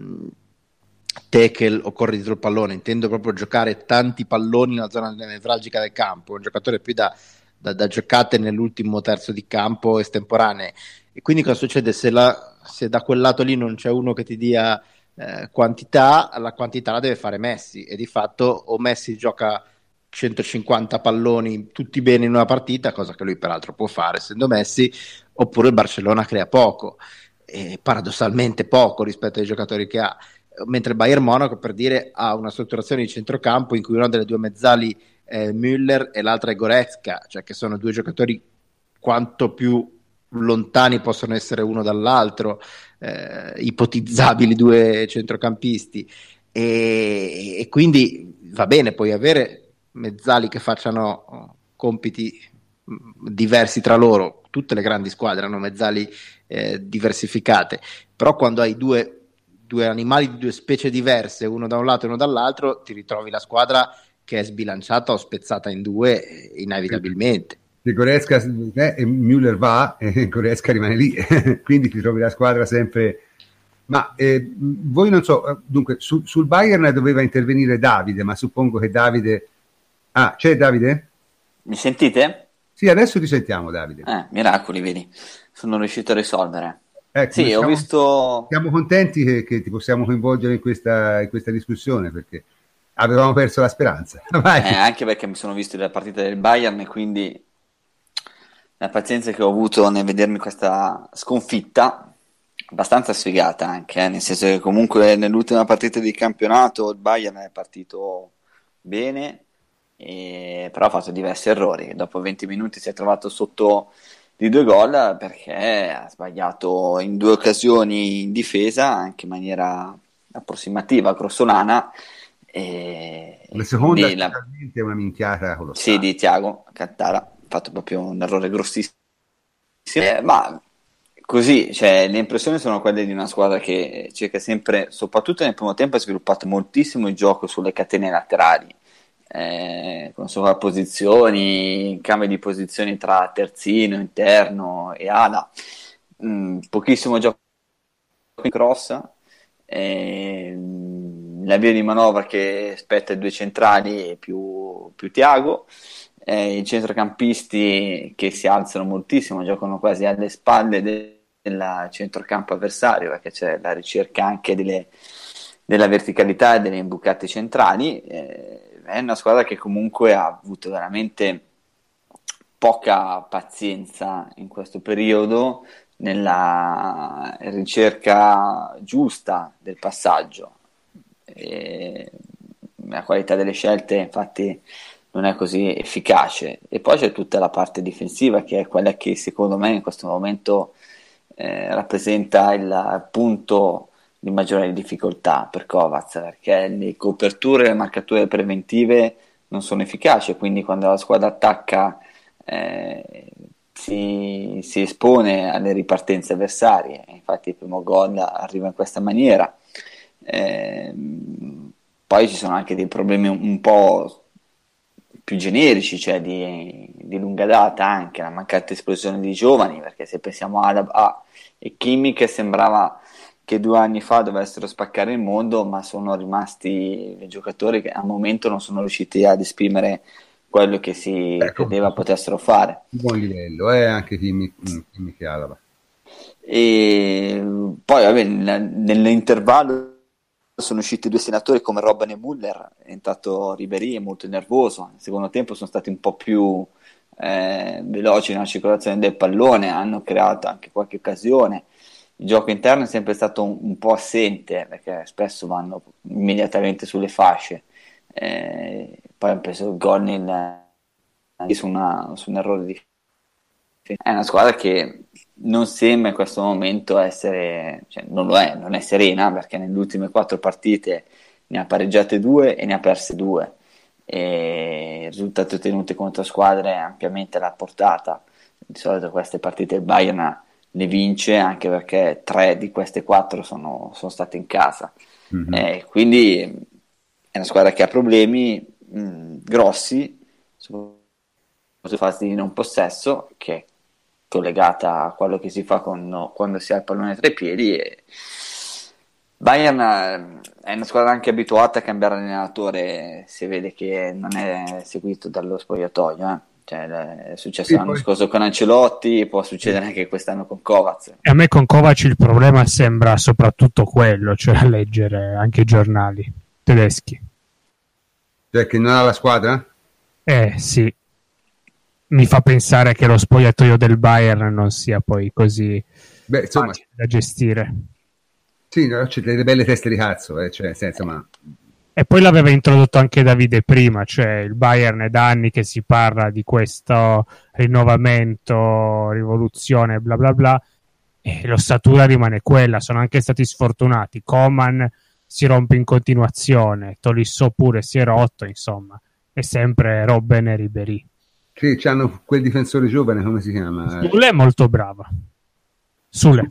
tackle o corri dietro il pallone, intendo proprio giocare tanti palloni nella zona nevralgica del campo, un giocatore più da giocate nell'ultimo terzo di campo estemporanee. E quindi cosa succede? Se da quel lato lì non c'è uno che ti dia quantità, la quantità la deve fare Messi, e di fatto o Messi gioca 150 palloni tutti bene in una partita, cosa che lui peraltro può fare essendo Messi, oppure il Barcellona crea poco. paradossalmente poco rispetto ai giocatori che ha, mentre il Bayern Monaco, per dire, ha una strutturazione di centrocampo in cui una delle due mezzali è Müller e l'altra è Goretzka, cioè che sono due giocatori quanto più lontani possono essere uno dall'altro, ipotizzabili due centrocampisti, e quindi va bene poi avere mezzali che facciano compiti diversi tra loro. Tutte le grandi squadre hanno mezzali diversificate, però quando hai due animali di due specie diverse, uno da un lato e uno dall'altro, ti ritrovi la squadra che è sbilanciata o spezzata in due inevitabilmente. Se Goretzka e Müller va, e Goretzka rimane lì, quindi ti trovi la squadra sempre. Ma voi non so, dunque sul Bayern doveva intervenire Davide, ma suppongo che Davide... Ah, c'è Davide? Mi sentite? Sì, adesso ti sentiamo, Davide. Miracoli, vedi, sono riuscito a risolvere. Ecco, sì, ho visto... Siamo contenti che ti possiamo coinvolgere in questa discussione, perché avevamo perso la speranza. Anche perché mi sono visto le partite del Bayern e quindi la pazienza che ho avuto nel vedermi questa sconfitta, abbastanza sfigata anche, nel senso che comunque nell'ultima partita di campionato il Bayern è partito bene, però ha fatto diversi errori. Dopo 20 minuti si è trovato sotto di 2 gol perché ha sbagliato in 2 occasioni in difesa, anche in maniera approssimativa, grossolana. La seconda è una minchiata colossale. Sì, di Thiago Cantara, ha fatto proprio un errore grossissimo. Ma così, cioè, le impressioni sono quelle di una squadra che cerca sempre, soprattutto nel primo tempo, ha sviluppato moltissimo il gioco sulle catene laterali, con sovrapposizioni, cambio di posizioni tra terzino, interno e ala, pochissimo gioco in cross, la via di manovra che spetta ai 2 centrali più Thiago, i centrocampisti che si alzano moltissimo, giocano quasi alle spalle del centrocampo avversario, perché c'è la ricerca anche della verticalità e delle imbucate centrali. È una squadra che comunque ha avuto veramente poca pazienza in questo periodo nella ricerca giusta del passaggio. La qualità delle scelte infatti non è così efficace, e poi c'è tutta la parte difensiva che è quella che secondo me in questo momento rappresenta il punto di maggiore difficoltà per Kovac, perché le coperture e le marcature preventive non sono efficaci, quindi quando la squadra attacca si espone alle ripartenze avversarie. Infatti il primo gol arriva in questa maniera. Poi ci sono anche dei problemi un po' più generici, cioè di lunga data, anche la mancata esplosione di giovani, perché se pensiamo a Alaba e Kimmich, che sembrava che 2 anni fa dovessero spaccare il mondo, ma sono rimasti giocatori che al momento non sono riusciti ad esprimere quello che si credeva potessero fare. Buon livello, anche Kimmich e Alaba. E poi vabbè, nell'intervallo sono usciti 2 senatori come Robben e Müller, è entrato Ribéry, è molto nervoso. Nel secondo tempo sono stati un po' più veloci nella circolazione del pallone, hanno creato anche qualche occasione. Il gioco interno è sempre stato un po' assente, perché spesso vanno immediatamente sulle fasce. Poi hanno preso il gol su un errore di... È una squadra che non sembra in questo momento essere, cioè non lo è, non è serena, perché nelle ultime 4 partite ne ha pareggiate 2 e ne ha perse 2, e i risultati ottenuti contro squadre ampiamente alla portata. Di solito queste partite il Bayern le vince, anche perché 3 di queste 4 sono state in casa. Quindi è una squadra che ha problemi grossi, soprattutto in fase di non possesso, che è collegata a quello che si fa quando si ha il pallone tra i piedi. E Bayern è una squadra anche abituata a cambiare allenatore se vede che non è seguito dallo spogliatoio. Cioè, è successo l'anno scorso con Ancelotti, può succedere anche quest'anno con Kovac. E a me con Kovac il problema sembra soprattutto quello, cioè a leggere anche i giornali tedeschi. Cioè che non ha la squadra? Sì. Mi fa pensare che lo spogliatoio del Bayern non sia poi così Beh, insomma, da gestire. sì, no, c'è delle belle teste di cazzo, cioè, senza ma... E poi l'aveva introdotto anche Davide prima, cioè il Bayern è da anni che si parla di questo rinnovamento, rivoluzione, bla bla bla, e l'ossatura rimane quella. Sono anche stati sfortunati. Coman si rompe in continuazione, Tolisso pure si è rotto, insomma, è sempre Robben e Ribéry. Sì, c'hanno quel difensore giovane, come si chiama? Sule è molto brava. Sule.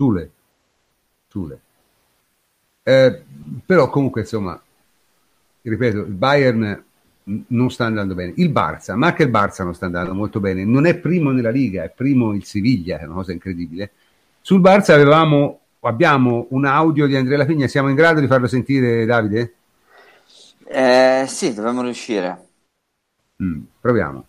Però comunque, insomma, ripeto, il Bayern non sta andando bene. Il Barça, ma anche il Barça non sta andando molto bene. Non è primo nella Liga, è primo il Siviglia, è una cosa incredibile. Sul Barça abbiamo un audio di Andrea Lapigna, siamo in grado di farlo sentire, Davide? Sì, dovremmo riuscire. Proviamo.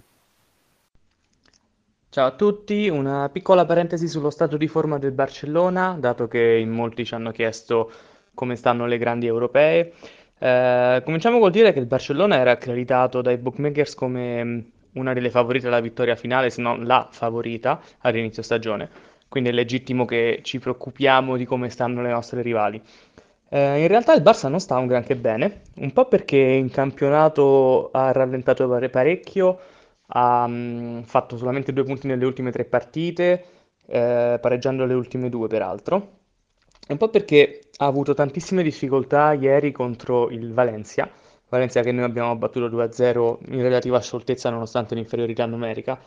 Ciao a tutti, una piccola parentesi sullo stato di forma del Barcellona, dato che in molti ci hanno chiesto come stanno le grandi europee. Cominciamo col dire che il Barcellona era accreditato dai bookmakers come una delle favorite alla vittoria finale, se non la favorita all'inizio stagione. Quindi è legittimo che ci preoccupiamo di come stanno le nostre rivali. In realtà il Barça non sta un granché bene, un po' perché in campionato ha rallentato parecchio, ha fatto solamente 2 punti nelle ultime 3 partite, pareggiando le ultime 2 peraltro. Un po' perché ha avuto tantissime difficoltà ieri contro il Valencia, Valencia che noi abbiamo battuto 2-0 in relativa scioltezza nonostante l'inferiorità numerica.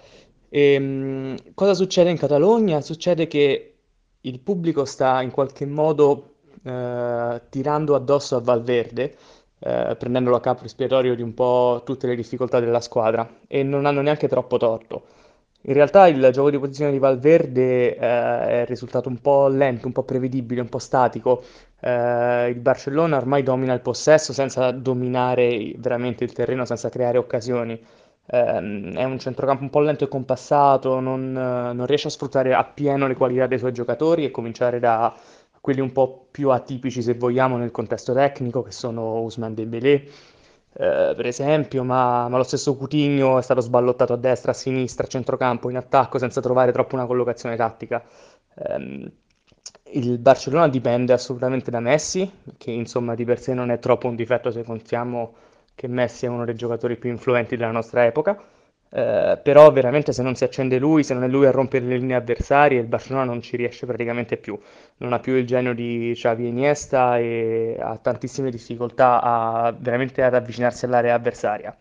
Cosa succede in Catalogna? Succede che il pubblico sta in qualche modo tirando addosso a Valverde, prendendolo a capo espiatorio di un po' tutte le difficoltà della squadra e non hanno neanche troppo torto. In realtà il gioco di posizione di Valverde è risultato un po' lento, un po' prevedibile, un po' statico. Il Barcellona ormai domina il possesso senza dominare veramente il terreno, senza creare occasioni. È un centrocampo un po' lento e compassato, non riesce a sfruttare appieno le qualità dei suoi giocatori e cominciare da quelli un po' più atipici, se vogliamo, nel contesto tecnico, che sono Ousmane Dembélé, per esempio, ma lo stesso Coutinho è stato sballottato a destra, a sinistra, a centrocampo, in attacco, senza trovare troppo una collocazione tattica. Ehm, il Barcellona dipende assolutamente da Messi, che insomma di per sé non è troppo un difetto se consiamo che Messi è uno dei giocatori più influenti della nostra epoca. Però veramente se non si accende lui, se non è lui a rompere le linee avversarie, il Barcellona non ci riesce praticamente più. Non ha più il genio di Xavi e Iniesta e ha tantissime difficoltà veramente ad avvicinarsi all'area avversaria.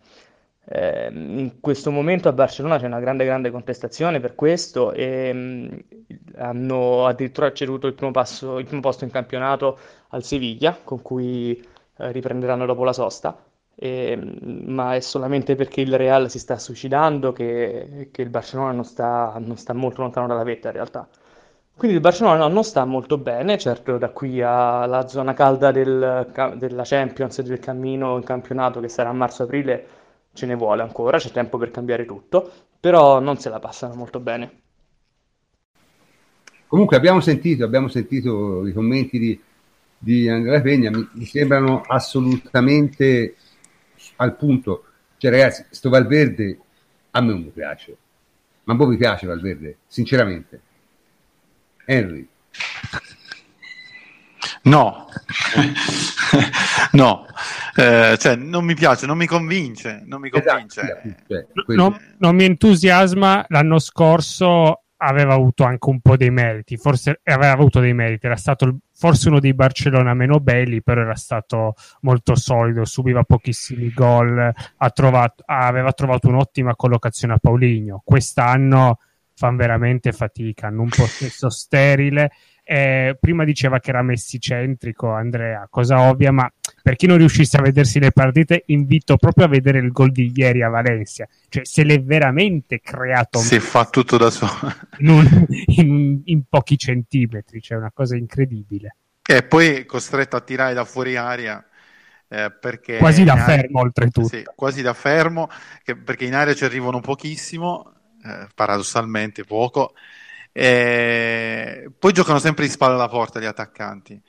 In questo momento a Barcellona c'è una grande contestazione per questo e hanno addirittura ceduto il primo posto in campionato al Siviglia, con cui riprenderanno dopo la sosta. Ma è solamente perché il Real si sta suicidando che il Barcellona non sta molto lontano dalla vetta in realtà. Quindi il Barcellona non sta molto bene, certo da qui alla zona calda della Champions e del cammino in campionato che sarà a marzo-aprile ce ne vuole ancora, c'è tempo per cambiare tutto, però non se la passano molto bene. Comunque abbiamo sentito i commenti di Andrea Pegna, mi sembrano assolutamente al punto. Cioè ragazzi, sto Valverde a me non mi piace, ma a voi vi piace Valverde? Sinceramente? Henry? No. No, cioè non mi piace, non mi convince. Esatto, non mi entusiasma. L'anno scorso aveva avuto anche un po' dei meriti, forse aveva avuto dei meriti, era stato forse uno dei Barcellona meno belli, però era stato molto solido, subiva pochissimi gol, aveva trovato un'ottima collocazione a Paulinho. Quest'anno fanno veramente fatica, hanno un possesso sterile. Prima diceva che era messicentrico Andrea, cosa ovvia, ma per chi non riuscisse a vedersi le partite invito proprio a vedere il gol di ieri a Valencia, cioè se l'è veramente creato, si fa tutto da solo in pochi centimetri, cioè una cosa incredibile, e poi costretto a tirare da fuori aria perché quasi da fermo oltretutto, sì, quasi da fermo, perché in aria ci arrivano pochissimo, paradossalmente poco. Poi giocano sempre di spalla alla porta gli attaccanti.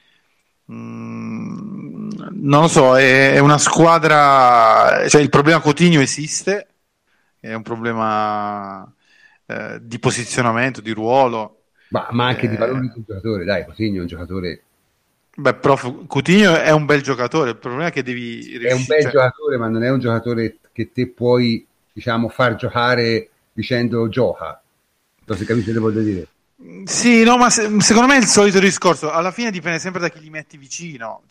Non lo so, è una squadra, cioè il problema Coutinho esiste, è un problema di posizionamento, di ruolo, Ma anche di valore di un giocatore, dai, Coutinho è un giocatore. Beh, prof, Coutinho è un bel giocatore, il problema è che devi riuscire... È un bel giocatore, ma non è un giocatore che te puoi, diciamo, far giocare dicendo gioca. Non si capisce che voglio dire. Sì, no, ma secondo me è il solito discorso. Alla fine dipende sempre da chi li metti vicino.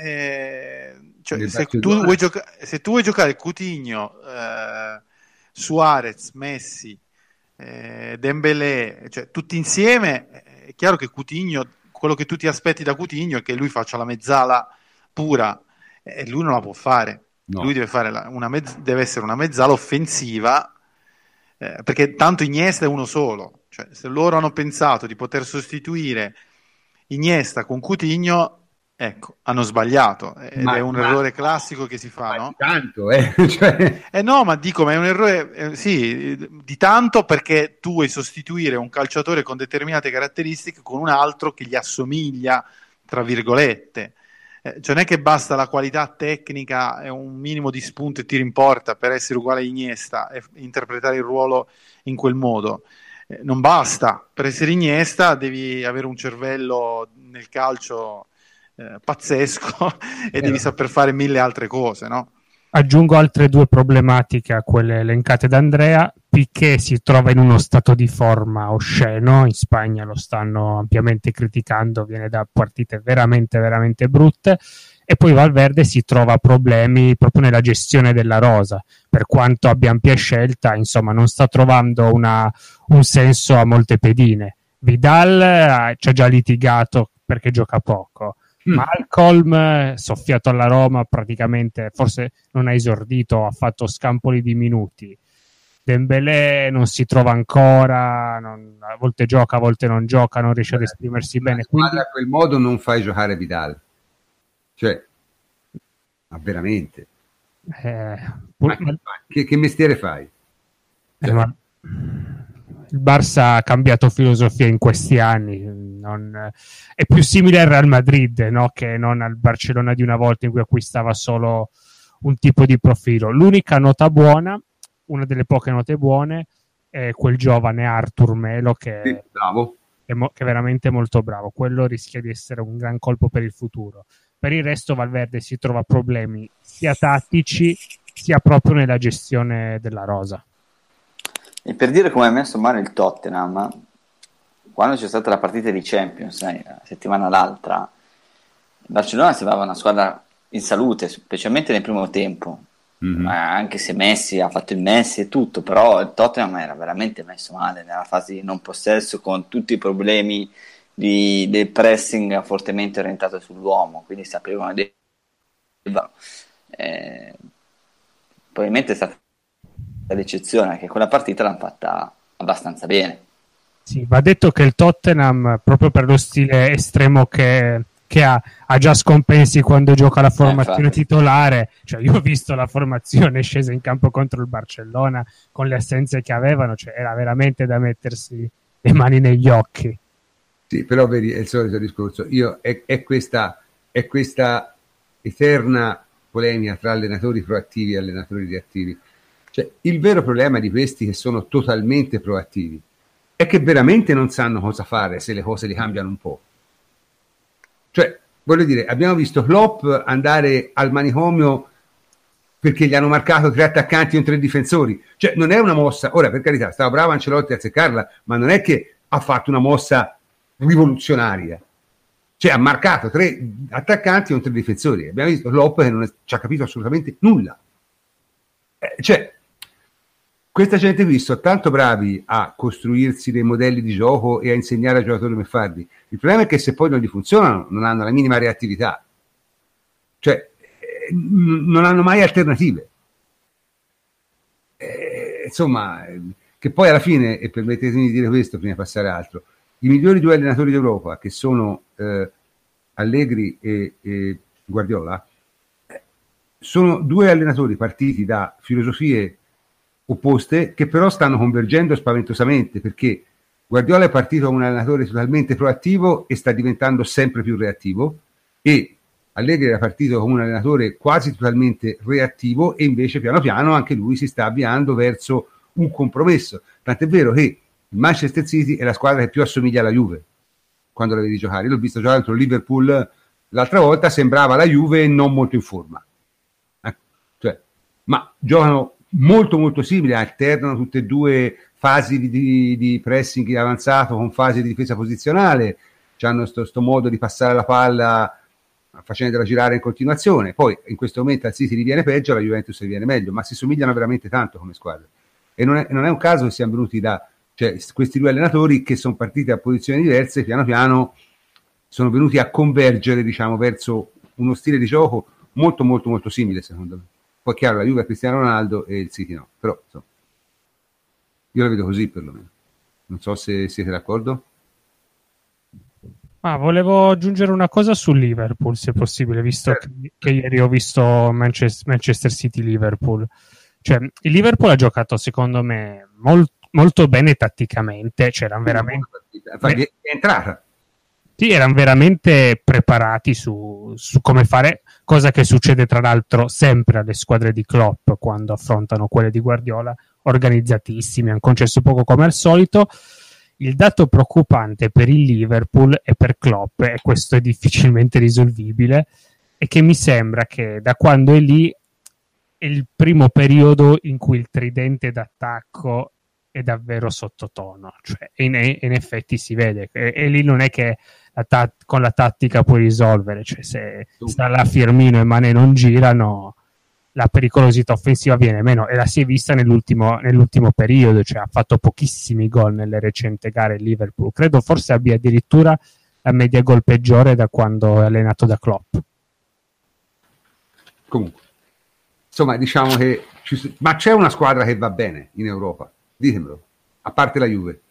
Se tu vuoi giocare Coutinho, Suarez, Messi, Dembélé, cioè tutti insieme, è chiaro che Coutinho, quello che tu ti aspetti da Coutinho è che lui faccia la mezzala pura, e lui non la può fare. No. Lui deve fare deve essere una mezzala offensiva, perché tanto Iniesta è uno solo. Cioè, se loro hanno pensato di poter sostituire Iniesta con Coutinho, ecco, hanno sbagliato, ed è un errore classico che si fa, no? Di tanto, no, ma dico, ma è un errore, sì, di tanto, perché tu vuoi sostituire un calciatore con determinate caratteristiche con un altro che gli assomiglia, tra virgolette. Cioè non è che basta la qualità tecnica e un minimo di spunto e tiro in porta per essere uguale a Iniesta e interpretare il ruolo in quel modo. Non basta, per essere Iniesta devi avere un cervello nel calcio pazzesco e devi saper fare 1000 altre cose, no? Aggiungo altre due problematiche a quelle elencate da Andrea. Piqué si trova in uno stato di forma osceno, in Spagna lo stanno ampiamente criticando, viene da partite veramente veramente brutte, e poi Valverde si trova problemi proprio nella gestione della rosa, per quanto abbia ampia scelta, insomma non sta trovando un senso a molte pedine. Vidal ci ha già litigato perché gioca poco. Malcolm, soffiato alla Roma, praticamente forse non ha esordito, ha fatto scampoli di minuti. Dembélé non si trova ancora, a volte gioca, a volte non gioca, non riesce ad esprimersi bene. Quindi a quel modo non fai giocare Vidal, cioè, ma veramente. Che mestiere fai? Ma il Barça ha cambiato filosofia in questi anni, è più simile al Real Madrid, no? Che non al Barcellona di una volta in cui acquistava solo un tipo di profilo. L'unica nota buona, una delle poche note buone, è quel giovane Artur Melo che è veramente molto bravo. Quello rischia di essere un gran colpo per il futuro. Per il resto Valverde si trova problemi sia tattici sia proprio nella gestione della rosa. E per dire come ha messo male il Tottenham, quando c'è stata la partita di Champions la settimana l'altra, Barcellona sembrava una squadra in salute, specialmente nel primo tempo. Anche se Messi ha fatto il Messi e tutto, però il Tottenham era veramente messo male nella fase di non possesso, con tutti i problemi del pressing fortemente orientato sull'uomo, quindi sapevano probabilmente è stata l'eccezione, che quella partita l'hanno fatta abbastanza bene. Sì, va detto che il Tottenham, proprio per lo stile estremo che ha già scompensi quando gioca la formazione titolare. Cioè, io ho visto la formazione scesa in campo contro il Barcellona con le assenze che avevano, cioè era veramente da mettersi le mani negli occhi. Sì, però vedi, è il solito discorso. È questa eterna polemica tra allenatori proattivi e allenatori reattivi. Cioè, il vero problema di questi che sono totalmente proattivi è che veramente non sanno cosa fare se le cose li cambiano un po'. Cioè, voglio dire, abbiamo visto Klopp andare al manicomio perché gli hanno marcato 3 attaccanti e 3 difensori. Cioè, non è una mossa, ora per carità, stava bravo Ancelotti a azzeccarla, ma non è che ha fatto una mossa rivoluzionaria. Cioè, ha marcato 3 attaccanti e 3 difensori. Abbiamo visto Klopp che non ci ha capito assolutamente nulla. Cioè, questa gente qui sono tanto bravi a costruirsi dei modelli di gioco e a insegnare ai giocatori come farli. Il problema è che se poi non gli funzionano, non hanno la minima reattività. Cioè, non hanno mai alternative. Insomma, che poi alla fine, e permettetemi di dire questo prima di passare a altro, i migliori 2 allenatori d'Europa, che sono Allegri e Guardiola, sono 2 allenatori partiti da filosofie opposte che però stanno convergendo spaventosamente, perché Guardiola è partito come un allenatore totalmente proattivo e sta diventando sempre più reattivo, e Allegri era partito come un allenatore quasi totalmente reattivo e invece piano piano anche lui si sta avviando verso un compromesso, tant'è vero che il Manchester City è la squadra che più assomiglia alla Juve quando la vedi giocare. Io l'ho visto giocare contro il Liverpool l'altra volta, sembrava la Juve non molto in forma, ma giocano molto molto simili, alternano tutte e due fasi di pressing avanzato con fasi di difesa posizionale, hanno sto modo di passare la palla facendola girare in continuazione. Poi in questo momento al City viene peggio, alla Juventus viene meglio, ma si somigliano veramente tanto come squadre, e non è un caso che siano venuti questi due allenatori che sono partiti a posizioni diverse, piano piano sono venuti a convergere, diciamo, verso uno stile di gioco molto molto molto simile, secondo me. Poi chiaro, la Juve è Cristiano Ronaldo e il City no, però insomma, io la vedo così perlomeno. Non so se siete d'accordo. Volevo aggiungere una cosa sul Liverpool, se possibile, visto che ieri ho visto Manchester City-Liverpool. Cioè, il Liverpool ha giocato, secondo me, molto bene tatticamente. Cioè, erano veramente... è entrata. Sì, erano veramente preparati su come fare, cosa che succede tra l'altro sempre alle squadre di Klopp quando affrontano quelle di Guardiola, organizzatissimi, hanno concesso poco come al solito. Il dato preoccupante per il Liverpool e per Klopp, e questo è difficilmente risolvibile, è che mi sembra che da quando è lì è il primo periodo in cui il tridente d'attacco è davvero sottotono, cioè in effetti si vede, e lì non è che con la tattica puoi risolvere, cioè se sta là Firmino e Mané non girano, la pericolosità offensiva viene meno, e la si è vista nell'ultimo periodo, cioè ha fatto pochissimi gol nelle recenti gare il Liverpool, credo forse abbia addirittura la media gol peggiore da quando è allenato da Klopp. Comunque, insomma, diciamo che ma c'è una squadra che va bene in Europa, ditemelo, a parte la Juve.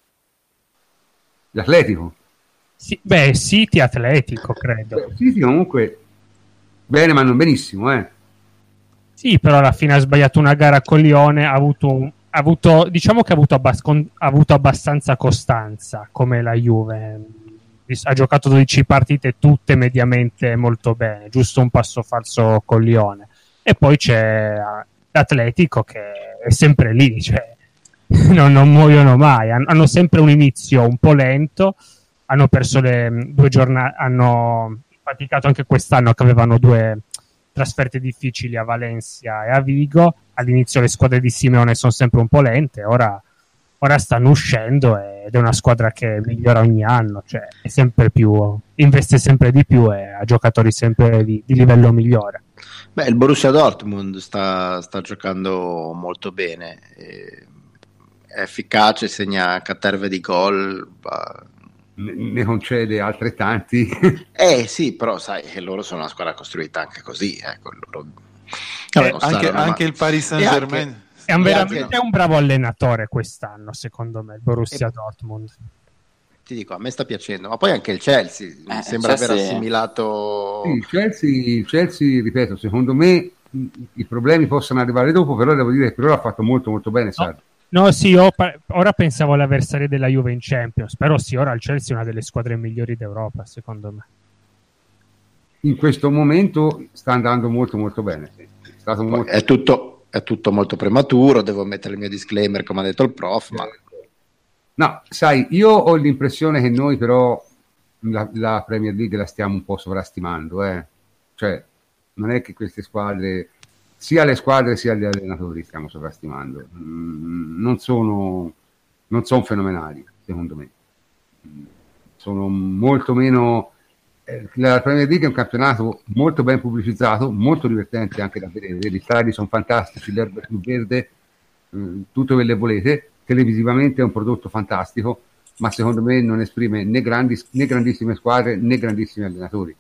L'Atletico. Sì, City Atletico, credo. City comunque bene, ma non benissimo, Sì, però alla fine ha sbagliato una gara con Lione, ha avuto diciamo che ha avuto abbastanza costanza come la Juve. Ha giocato 12 partite tutte mediamente molto bene, giusto un passo falso con Lione. E poi c'è l'Atletico che è sempre lì, cioè non muoiono mai, hanno sempre un inizio un po' lento, hanno perso le 2 giornate, hanno faticato anche quest'anno che avevano 2 trasferte difficili a Valencia e a Vigo. All'inizio le squadre di Simeone sono sempre un po' lente, ora stanno uscendo ed è una squadra che migliora ogni anno, cioè è sempre più, investe sempre di più e ha giocatori sempre di livello migliore. Beh, il Borussia Dortmund sta giocando molto bene, è efficace, segna caterve di gol, ne concede altrettanti. Sì, però sai che loro sono una squadra costruita anche così, ecco, anche il Paris Saint-Germain è un bravo allenatore quest'anno, secondo me, il Borussia Dortmund. Ti dico, a me sta piacendo, ma poi anche il Chelsea mi sembra aver assimilato. Sì, il Chelsea, ripeto, secondo me i problemi possono arrivare dopo, però devo dire che per ora ha fatto molto molto bene Sarri. No, sì, ora pensavo all'avversario della Juve in Champions, però sì, ora il Chelsea è una delle squadre migliori d'Europa, secondo me. In questo momento sta andando molto molto bene. È tutto molto prematuro, devo mettere il mio disclaimer come ha detto il prof, ma... No, sai, io ho l'impressione che noi però la Premier League la stiamo un po' sovrastimando, cioè non è che queste squadre, sia le squadre sia gli allenatori stiamo sovrastimando, non sono fenomenali secondo me, sono molto meno. La Premier League è un campionato molto ben pubblicizzato, molto divertente anche da vedere, gli stadi sono fantastici, l'erba è più verde, tutto quello che volete, televisivamente è un prodotto fantastico, ma secondo me non esprime né grandissime squadre né grandissimi allenatori,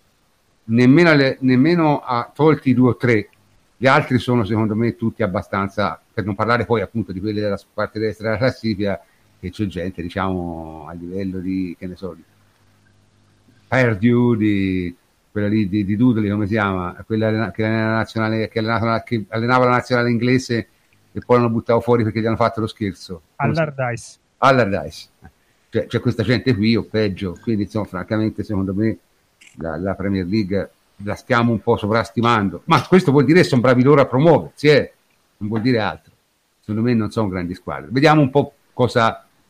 nemmeno a tolti 2 o 3, gli altri sono secondo me tutti abbastanza, per non parlare poi appunto di quelli della parte destra della classifica, che c'è gente diciamo a livello di, che ne so, di Perdue, di quella lì di Dudley, come si chiama, quella che allenava la nazionale inglese e poi l'hanno buttato fuori perché gli hanno fatto lo scherzo. Allardyce. Cioè, c'è questa gente qui o peggio, quindi insomma francamente secondo me la Premier League la stiamo un po' sovrastimando, ma questo vuol dire che sono bravi loro a promuoversi, non vuol dire altro. Secondo me non sono grandi squadre. Vediamo un po' cosa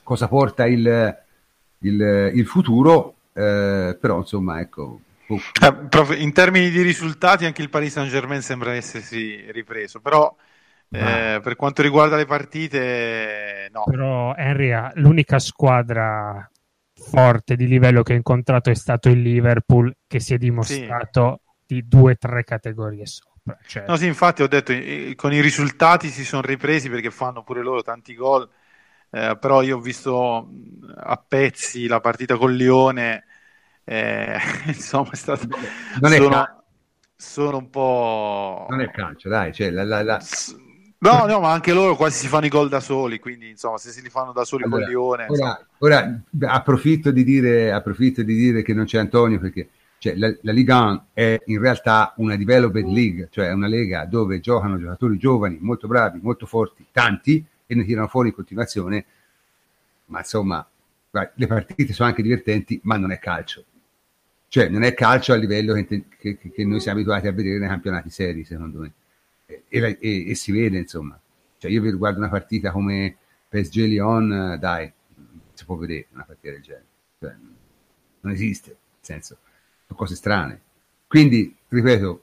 cosa porta il futuro, però insomma ecco. In termini di risultati anche il Paris Saint-Germain sembra essersi ripreso, però per quanto riguarda le partite no. Però Henry, l'unica squadra forte di livello che ha incontrato è stato il Liverpool, che si è dimostrato di 2-3 categorie sopra. Cioè... No, sì, infatti ho detto con i risultati si sono ripresi perché fanno pure loro tanti gol, però io ho visto a pezzi la partita con Lione, insomma è stato... sono un po'... Non è calcio, dai, cioè No, ma anche loro quasi si fanno i gol da soli, quindi insomma se si li fanno da soli allora, con Lione... Ora approfitto di dire che non c'è Antonio, perché cioè, la Ligue 1 è in realtà una development league, cioè una lega dove giocano giocatori giovani, molto bravi, molto forti, tanti, e ne tirano fuori in continuazione, ma insomma le partite sono anche divertenti, ma non è calcio. Cioè non è calcio a livello che noi siamo abituati a vedere nei campionati seri, secondo me, e si vede, insomma. Cioè io vi guardo una partita come PSG-Lyon, dai, non si può vedere una partita del genere, cioè, non esiste, nel senso, sono cose strane. Quindi, ripeto,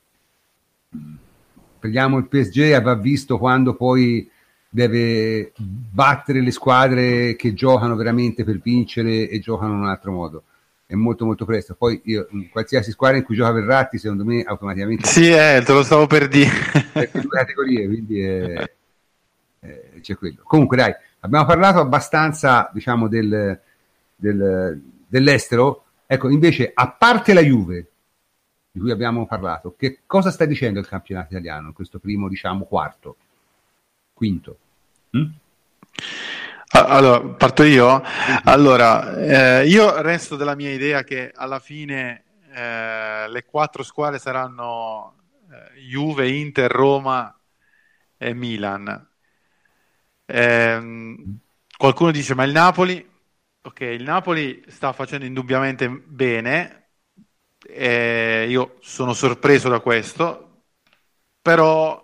prendiamo il PSG, va visto quando poi deve battere le squadre che giocano veramente per vincere e giocano in un altro modo. È molto molto presto. Poi io, qualsiasi squadra in cui gioca Verratti, secondo me automaticamente te lo stavo per dire, due categorie, quindi c'è quello. Comunque dai, abbiamo parlato abbastanza, diciamo, dell'estero. Ecco, invece, a parte la Juve di cui abbiamo parlato, che cosa sta dicendo il campionato italiano in questo primo, diciamo, quinto? Allora, parto io? Allora, io resto della mia idea che alla fine le 4 squadre saranno Juve, Inter, Roma e Milan. Qualcuno dice, ma il Napoli? Ok, il Napoli sta facendo indubbiamente bene, io sono sorpreso da questo, però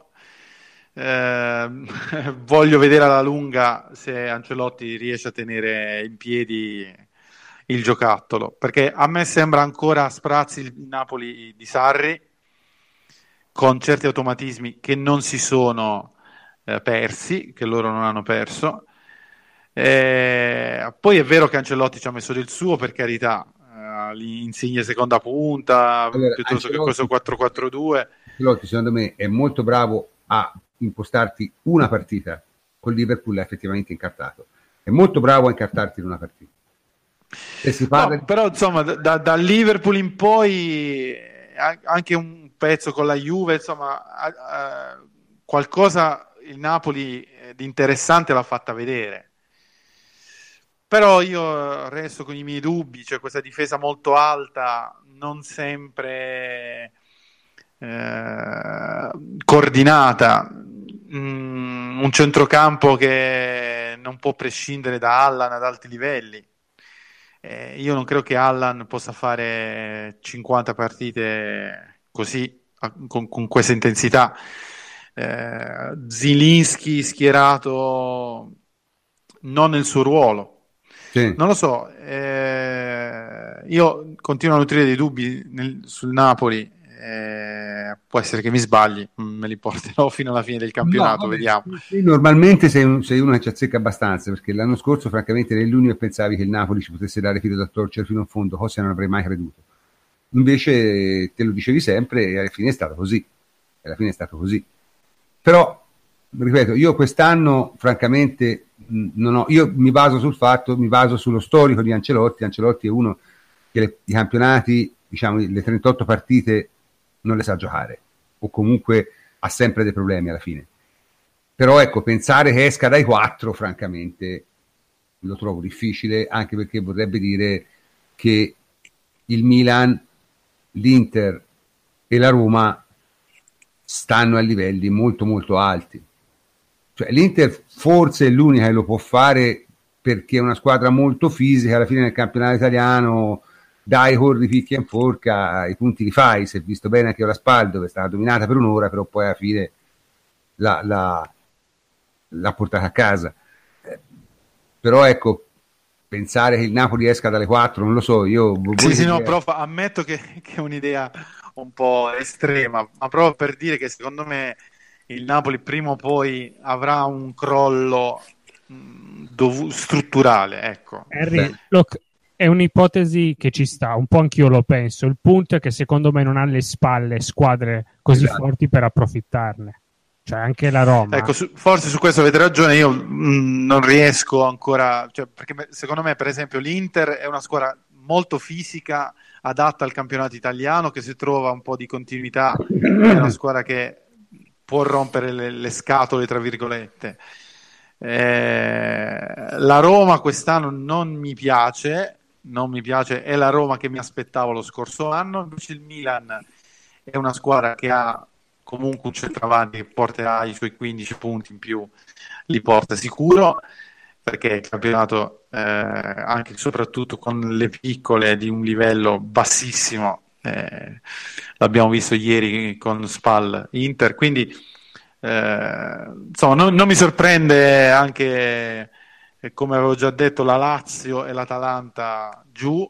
voglio vedere alla lunga se Ancelotti riesce a tenere in piedi il giocattolo, perché a me sembra ancora a sprazzi il Napoli di Sarri, con certi automatismi che non si sono persi, che loro non hanno perso. Poi è vero che Ancelotti ci ha messo del suo, per carità, Insigne seconda punta, allora, piuttosto che questo 4-4-2. Ancelotti secondo me è molto bravo a impostarti una partita. Con Liverpool è effettivamente incartato, è molto bravo a incartarti in una partita. E si parla però insomma da Liverpool in poi anche un pezzo con la Juve, insomma qualcosa il Napoli di interessante l'ha fatta vedere. Però io resto con i miei dubbi, cioè questa difesa molto alta, non sempre coordinata, un centrocampo che non può prescindere da Allan ad alti livelli. Io non credo che Allan possa fare 50 partite così, con questa intensità. Zielinski schierato non nel suo ruolo. sì. Non lo so, io continuo a nutrire dei dubbi sul Napoli, può essere che mi sbagli, me li porterò fino alla fine del campionato, vediamo. Normalmente sei uno che ci azzecca abbastanza, perché l'anno scorso francamente eri l'unico che pensavi che il Napoli ci potesse dare filo da torcere fino in fondo, cosa non avrei mai creduto. Invece te lo dicevi sempre e alla fine è stato così. Però, ripeto, io quest'anno francamente io mi baso sullo storico di Ancelotti. Ancelotti è uno che i campionati, diciamo, le 38 partite non le sa giocare, o comunque ha sempre dei problemi alla fine. Però ecco, pensare che esca dai 4 francamente lo trovo difficile, anche perché vorrebbe dire che il Milan, l'Inter e la Roma stanno a livelli molto molto alti. Cioè l'Inter forse è l'unica che lo può fare perché è una squadra molto fisica, alla fine nel campionato italiano dai, corri, picchia in forca, i punti li fai. Si è visto bene anche la Spal, dove è stata dominata per un'ora, però poi alla fine l'ha portata a casa. però ecco, pensare che il Napoli esca dalle 4, non lo so, io... Sì, no, prof, ammetto che è un'idea un po' estrema, ma proprio per dire che secondo me il Napoli prima o poi avrà un crollo strutturale, ecco. Henry, look, è un'ipotesi che ci sta, un po' anch'io lo penso. Il punto è che secondo me non ha alle spalle squadre così forti per approfittarne. Cioè anche la Roma. Ecco, forse su questo avete ragione, io non riesco ancora, cioè, perché secondo me per esempio l'Inter è una squadra molto fisica, adatta al campionato italiano, che se trova un po' di continuità è una squadra che può rompere le scatole, tra virgolette. La Roma quest'anno non mi piace, è la Roma che mi aspettavo lo scorso anno, invece il Milan è una squadra che ha comunque un centravanti che porterà i suoi 15 punti in più, li porta sicuro, perché il campionato anche e soprattutto con le piccole di un livello bassissimo, l'abbiamo visto ieri con Spal Inter, quindi insomma non mi sorprende anche, come avevo già detto, la Lazio e l'Atalanta giù.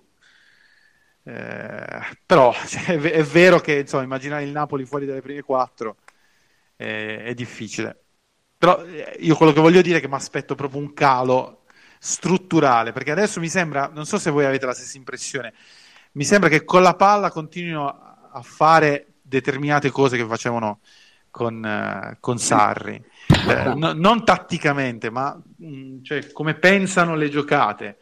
Però cioè, è vero che insomma, immaginare il Napoli fuori dalle prime 4 è difficile, però io quello che voglio dire è che mi aspetto proprio un calo strutturale, perché adesso mi sembra, non so se voi avete la stessa impressione, mi sembra che con la palla continuino a fare determinate cose che facevano con Sarri, non tatticamente, ma cioè, come pensano le giocate.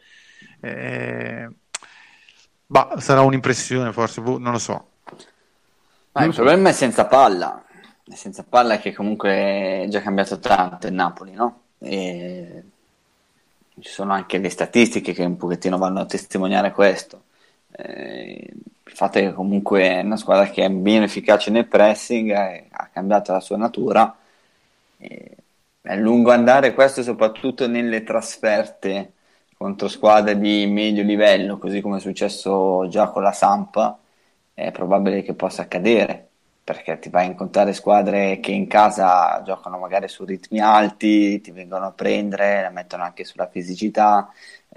Sarà un'impressione forse, non lo so. Il problema è senza palla. È senza palla che comunque è già cambiato tanto il Napoli, no? E ci sono anche le statistiche che un pochettino vanno a testimoniare questo. Il fatto è che comunque è una squadra che è meno efficace nel pressing, ha cambiato la sua natura. A lungo andare, questo soprattutto nelle trasferte contro squadre di medio livello, così come è successo già con la Samp, è probabile che possa accadere, perché ti vai a incontrare squadre che in casa giocano magari su ritmi alti, ti vengono a prendere, la mettono anche sulla fisicità,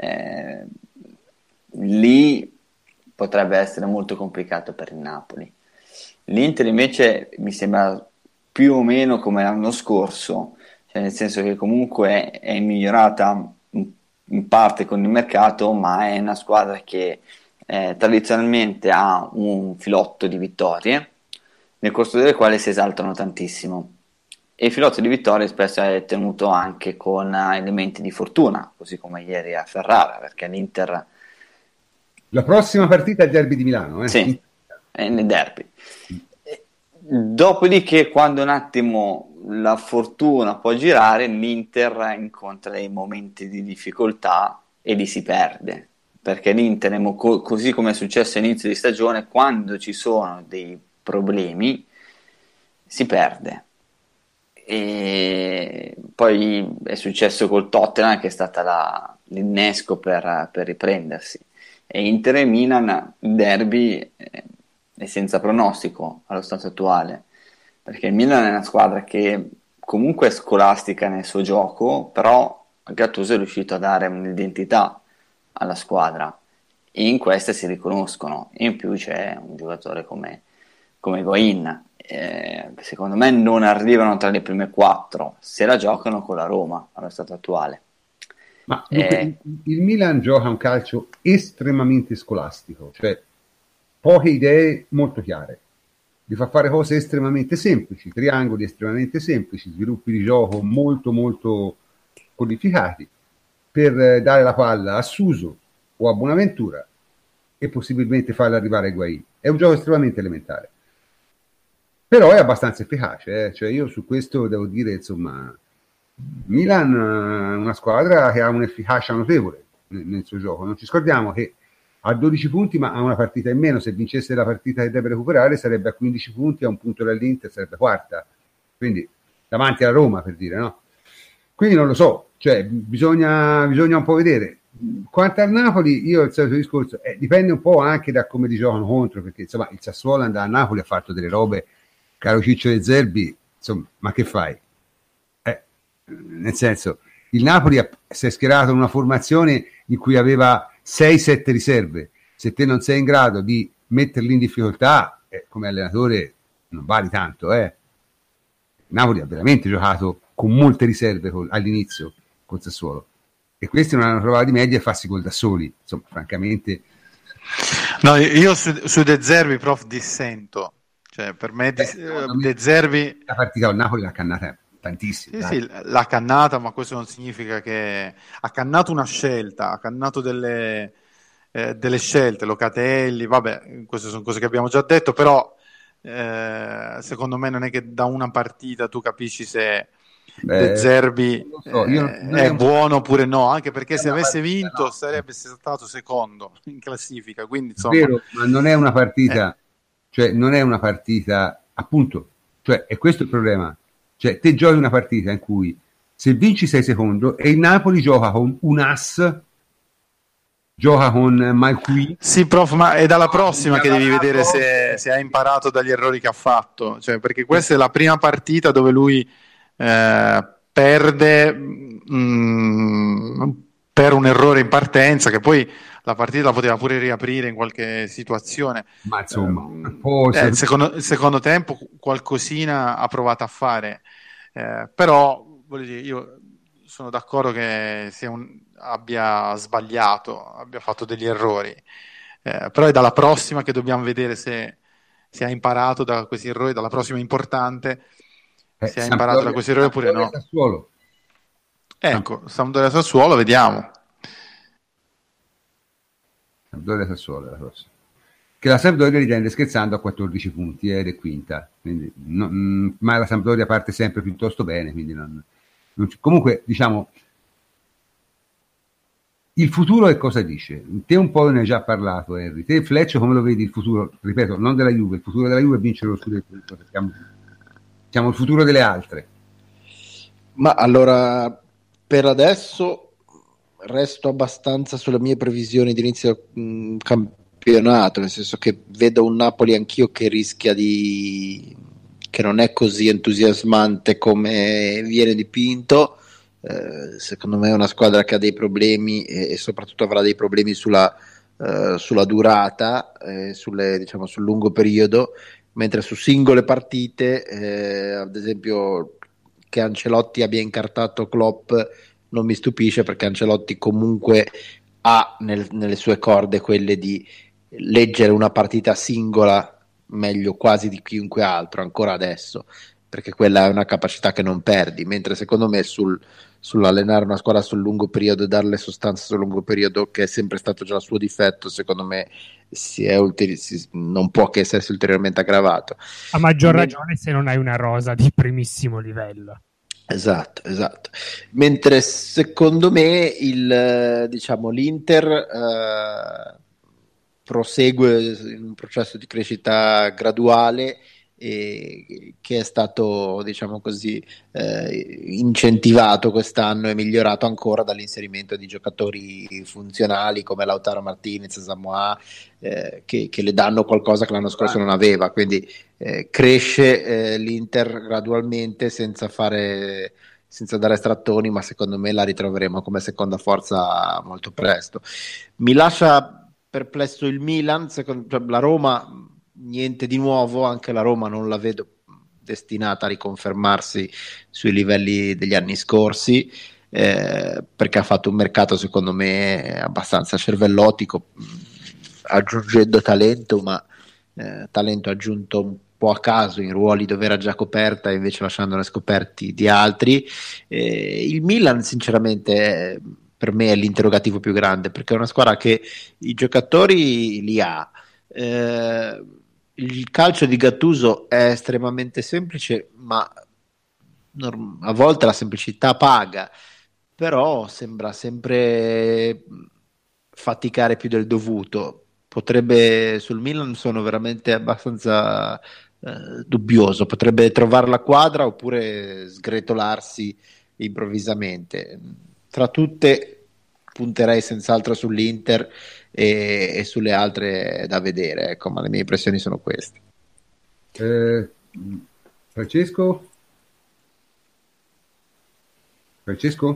lì potrebbe essere molto complicato per il Napoli. L'Inter invece mi sembra più o meno come l'anno scorso, cioè nel senso che comunque è migliorata in parte con il mercato, ma è una squadra che tradizionalmente ha un filotto di vittorie nel corso delle quali si esaltano tantissimo, e il filotto di vittorie spesso è tenuto anche con elementi di fortuna, così come ieri a Ferrara, perché l'Inter la prossima partita è il derby di Milano, sì, è nel derby. Dopodiché, quando un attimo la fortuna può girare, l'Inter incontra dei momenti di difficoltà e li si perde, perché l'Inter, così come è successo all'inizio di stagione, quando ci sono dei problemi si perde. E poi è successo col Tottenham, che è stata l'innesco per riprendersi, e Inter e Milan, il derby è senza pronostico allo stato attuale, perché il Milan è una squadra che comunque è scolastica nel suo gioco, però Gattuso è riuscito a dare un'identità alla squadra e in queste si riconoscono. In più c'è un giocatore come Higuaín, secondo me non arrivano tra le prime 4 se la giocano con la Roma allo stato attuale. Ma dunque, il Milan gioca un calcio estremamente scolastico, cioè poche idee molto chiare, vi fa fare cose estremamente semplici, triangoli estremamente semplici, sviluppi di gioco molto molto codificati per dare la palla a Suso o a Bonaventura e possibilmente farla arrivare a Higuaín. È un gioco estremamente elementare, però è abbastanza efficace, cioè io su questo devo dire, insomma, Milan è una squadra che ha un'efficacia notevole nel suo gioco. Non ci scordiamo che ha 12 punti ma ha una partita in meno. Se vincesse la partita che deve recuperare sarebbe a 15 punti, a un punto dall'Inter, sarebbe quarta, quindi davanti alla Roma, per dire, no? Quindi non lo so, cioè bisogna un po' vedere. Quanto al Napoli, io il solito discorso, dipende un po' anche da come li giocano contro, perché insomma il Sassuolo andava a Napoli, ha fatto delle robe, caro Ciccio De Zerbi, insomma, ma che fai? Nel senso, il Napoli si è schierato in una formazione in cui aveva 6-7 riserve. Se te non sei in grado di metterli in difficoltà, come allenatore non vali tanto. Napoli ha veramente giocato con molte riserve all'inizio col Sassuolo, e questi non hanno trovato di media e farsi gol da soli. Insomma, francamente... No, io su De Zerbi, prof, dissento. Cioè, per me De Zerbi... La partita con Napoli l'ha cannata tantissimo. Sì, l'ha cannata, ma questo non significa che... Ha cannato una scelta, ha cannato delle scelte, Locatelli, vabbè, queste sono cose che abbiamo già detto, però secondo me non è che da una partita tu capisci se De Zerbi è buono oppure no, anche perché se avesse vinto sarebbe stato secondo in classifica, quindi insomma... Vero, ma non è una partita, cioè non è una partita, appunto, cioè è questo il problema, cioè te giochi una partita in cui se vinci sei secondo e il Napoli gioca con un as, gioca con Malqui. Sì, prof, ma è dalla prossima che devi vedere se ha imparato dagli errori che ha fatto, cioè, perché questa è la prima partita dove lui perde per un errore in partenza, che poi la partita la poteva pure riaprire in qualche situazione. Ma insomma, il secondo tempo qualcosina ha provato a fare, però voglio dire, io sono d'accordo che abbia sbagliato, abbia fatto degli errori, però è dalla prossima che dobbiamo vedere se ha imparato da questi errori, dalla prossima importante, se ha imparato da questi errori oppure no. Sassuolo. Ecco, Sampdoria Sassuolo, vediamo. Sampdoria Sassuolo la prossima. Che la Sampdoria riprende scherzando a 14 punti ed è quinta, quindi ma la Sampdoria parte sempre piuttosto bene, quindi comunque diciamo il futuro che cosa dice? Te un po' ne hai già parlato, Henry. Te, Fletch, come lo vedi il futuro? Ripeto, non della Juve, il futuro della Juve è vincere lo scudetto, diciamo il futuro delle altre. Ma allora, per adesso resto abbastanza sulle mie previsioni di inizio campionato, nel senso che vedo un Napoli anch'io che rischia che non è così entusiasmante come viene dipinto. Secondo me è una squadra che ha dei problemi e soprattutto avrà dei problemi sulla durata, diciamo sul lungo periodo, mentre su singole partite, ad esempio, che Ancelotti abbia incartato Klopp non mi stupisce, perché Ancelotti comunque ha nelle sue corde quelle di leggere una partita singola meglio quasi di chiunque altro ancora adesso, perché quella è una capacità che non perdi, mentre secondo me sull'allenare una squadra sul lungo periodo e darle sostanza sul lungo periodo, che è sempre stato già il suo difetto, secondo me non può che essersi ulteriormente aggravato. A maggior ragione se non hai una rosa di primissimo livello. Esatto. Mentre secondo me l'Inter prosegue in un processo di crescita graduale che è stato, diciamo così, incentivato quest'anno e migliorato ancora dall'inserimento di giocatori funzionali come Lautaro Martinez, Samoa, che le danno qualcosa che l'anno scorso non aveva, quindi cresce l'Inter gradualmente senza dare strattoni, ma secondo me la ritroveremo come seconda forza molto presto. Mi lascia perplesso il Milan, la Roma niente di nuovo, anche la Roma non la vedo destinata a riconfermarsi sui livelli degli anni scorsi, perché ha fatto un mercato secondo me abbastanza cervellotico, aggiungendo talento, ma talento aggiunto un po' a caso in ruoli dove era già coperta e invece lasciandone scoperti di altri. Il Milan sinceramente per me è l'interrogativo più grande, perché è una squadra che i giocatori li ha, il calcio di Gattuso è estremamente semplice, ma a volte la semplicità paga, però sembra sempre faticare più del dovuto. Sul Milan sono veramente abbastanza dubbioso, potrebbe trovare la quadra oppure sgretolarsi improvvisamente. Tra tutte punterei senz'altro sull'Inter e sulle altre da vedere, ecco, ma le mie impressioni sono queste. Francesco?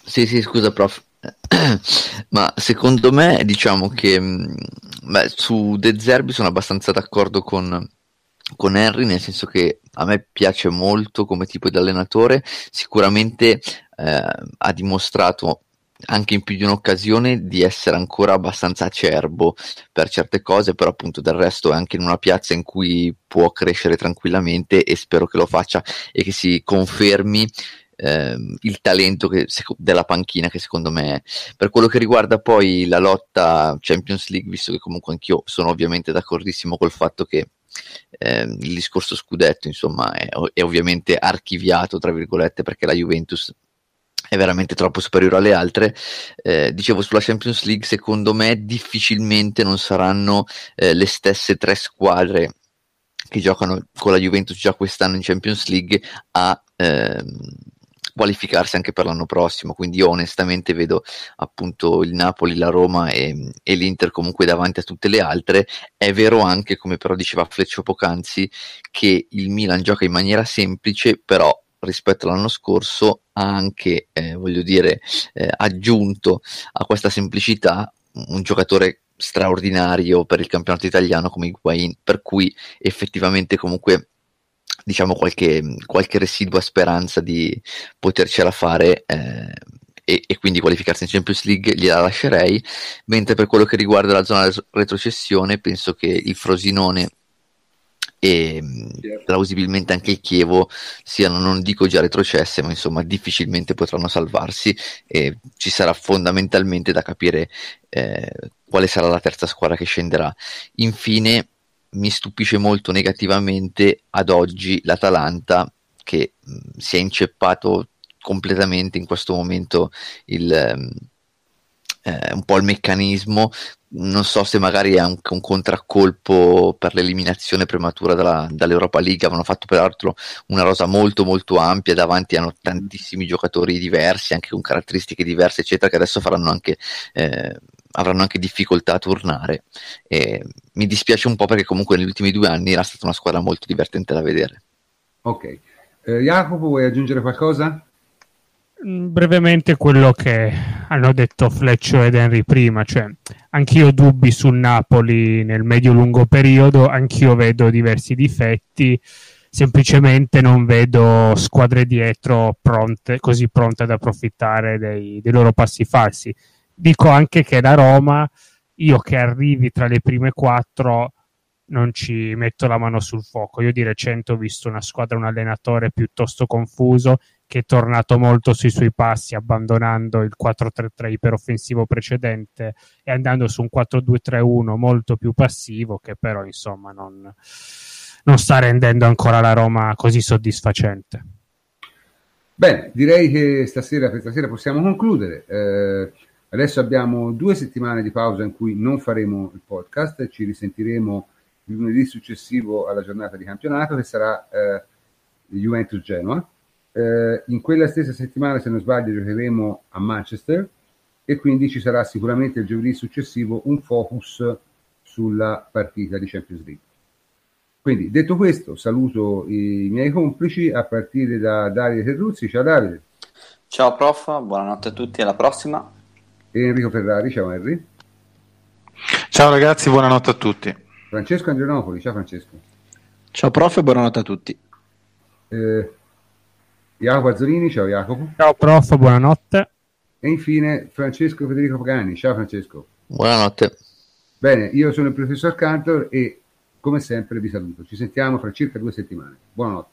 Sì, scusa, prof. Ma secondo me, diciamo che su De Zerbi sono abbastanza d'accordo con Henry, nel senso che a me piace molto come tipo di allenatore. Sicuramente ha dimostrato anche in più di un'occasione di essere ancora abbastanza acerbo per certe cose, però appunto del resto è anche in una piazza in cui può crescere tranquillamente, e spero che lo faccia e che si confermi il talento della panchina, che secondo me è. Per quello che riguarda poi la lotta Champions League, visto che comunque anch'io sono ovviamente d'accordissimo col fatto che il discorso scudetto insomma è ovviamente archiviato tra virgolette, perché la Juventus è veramente troppo superiore alle altre. Dicevo, sulla Champions League secondo me difficilmente non saranno le stesse tre squadre che giocano con la Juventus già quest'anno in Champions League a qualificarsi anche per l'anno prossimo, quindi io onestamente vedo appunto il Napoli, la Roma e l'Inter comunque davanti a tutte le altre. È vero anche, come però diceva Fleccio poc'anzi, che il Milan gioca in maniera semplice, però rispetto all'anno scorso ha anche aggiunto a questa semplicità un giocatore straordinario per il campionato italiano come Higuain, per cui effettivamente comunque diciamo qualche residua speranza di potercela fare e quindi qualificarsi in Champions League gliela lascerei. Mentre per quello che riguarda la zona retrocessione, penso che il Frosinone e plausibilmente anche il Chievo siano, non dico già retrocesse, ma insomma difficilmente potranno salvarsi, e ci sarà fondamentalmente da capire quale sarà la terza squadra che scenderà. Infine mi stupisce molto negativamente ad oggi l'Atalanta, che si è inceppato completamente in questo momento un po' il meccanismo. Non so se magari è anche un contraccolpo per l'eliminazione prematura dall'Europa League. Avevano fatto peraltro una rosa molto molto ampia, davanti hanno tantissimi giocatori diversi, anche con caratteristiche diverse eccetera, che adesso avranno anche difficoltà a tornare. Mi dispiace un po', perché comunque negli ultimi 2 anni era stata una squadra molto divertente da vedere. Ok, Jacopo, vuoi aggiungere qualcosa? Brevemente quello che hanno detto Fleccio ed Henry prima, cioè anch'io ho dubbi sul Napoli nel medio-lungo periodo, anch'io vedo diversi difetti, semplicemente non vedo squadre dietro così pronte ad approfittare dei loro passi falsi. Dico anche che la Roma, io che arrivi tra le prime 4 non ci metto la mano sul fuoco. Io di recente ho visto una squadra, un allenatore piuttosto confuso, che è tornato molto sui suoi passi, abbandonando il 4-3-3 iperoffensivo precedente e andando su un 4-2-3-1 molto più passivo, che però insomma non sta rendendo ancora la Roma così soddisfacente. Bene, direi che per stasera possiamo concludere. Adesso abbiamo 2 settimane di pausa in cui non faremo il podcast, ci risentiremo il lunedì successivo alla giornata di campionato, che sarà Juventus-Genoa. In quella stessa settimana, se non sbaglio, giocheremo a Manchester, e quindi ci sarà sicuramente il giovedì successivo un focus sulla partita di Champions League. Quindi, detto questo, saluto i miei complici, a partire da Davide Terruzzi. Ciao Davide. Ciao prof, buonanotte a tutti, alla prossima. E Enrico Ferrari. Ciao Henry. Ciao ragazzi, buonanotte a tutti. Francesco Andrianopoli. Ciao Francesco. Ciao prof, buonanotte a tutti. Jacopo Azzolini. Ciao Jacopo. Ciao prof, buonanotte. E infine Francesco Federico Pagani. Ciao Francesco. Buonanotte. Bene, io sono il professor Cantor e come sempre vi saluto. Ci sentiamo fra circa 2 settimane. Buonanotte.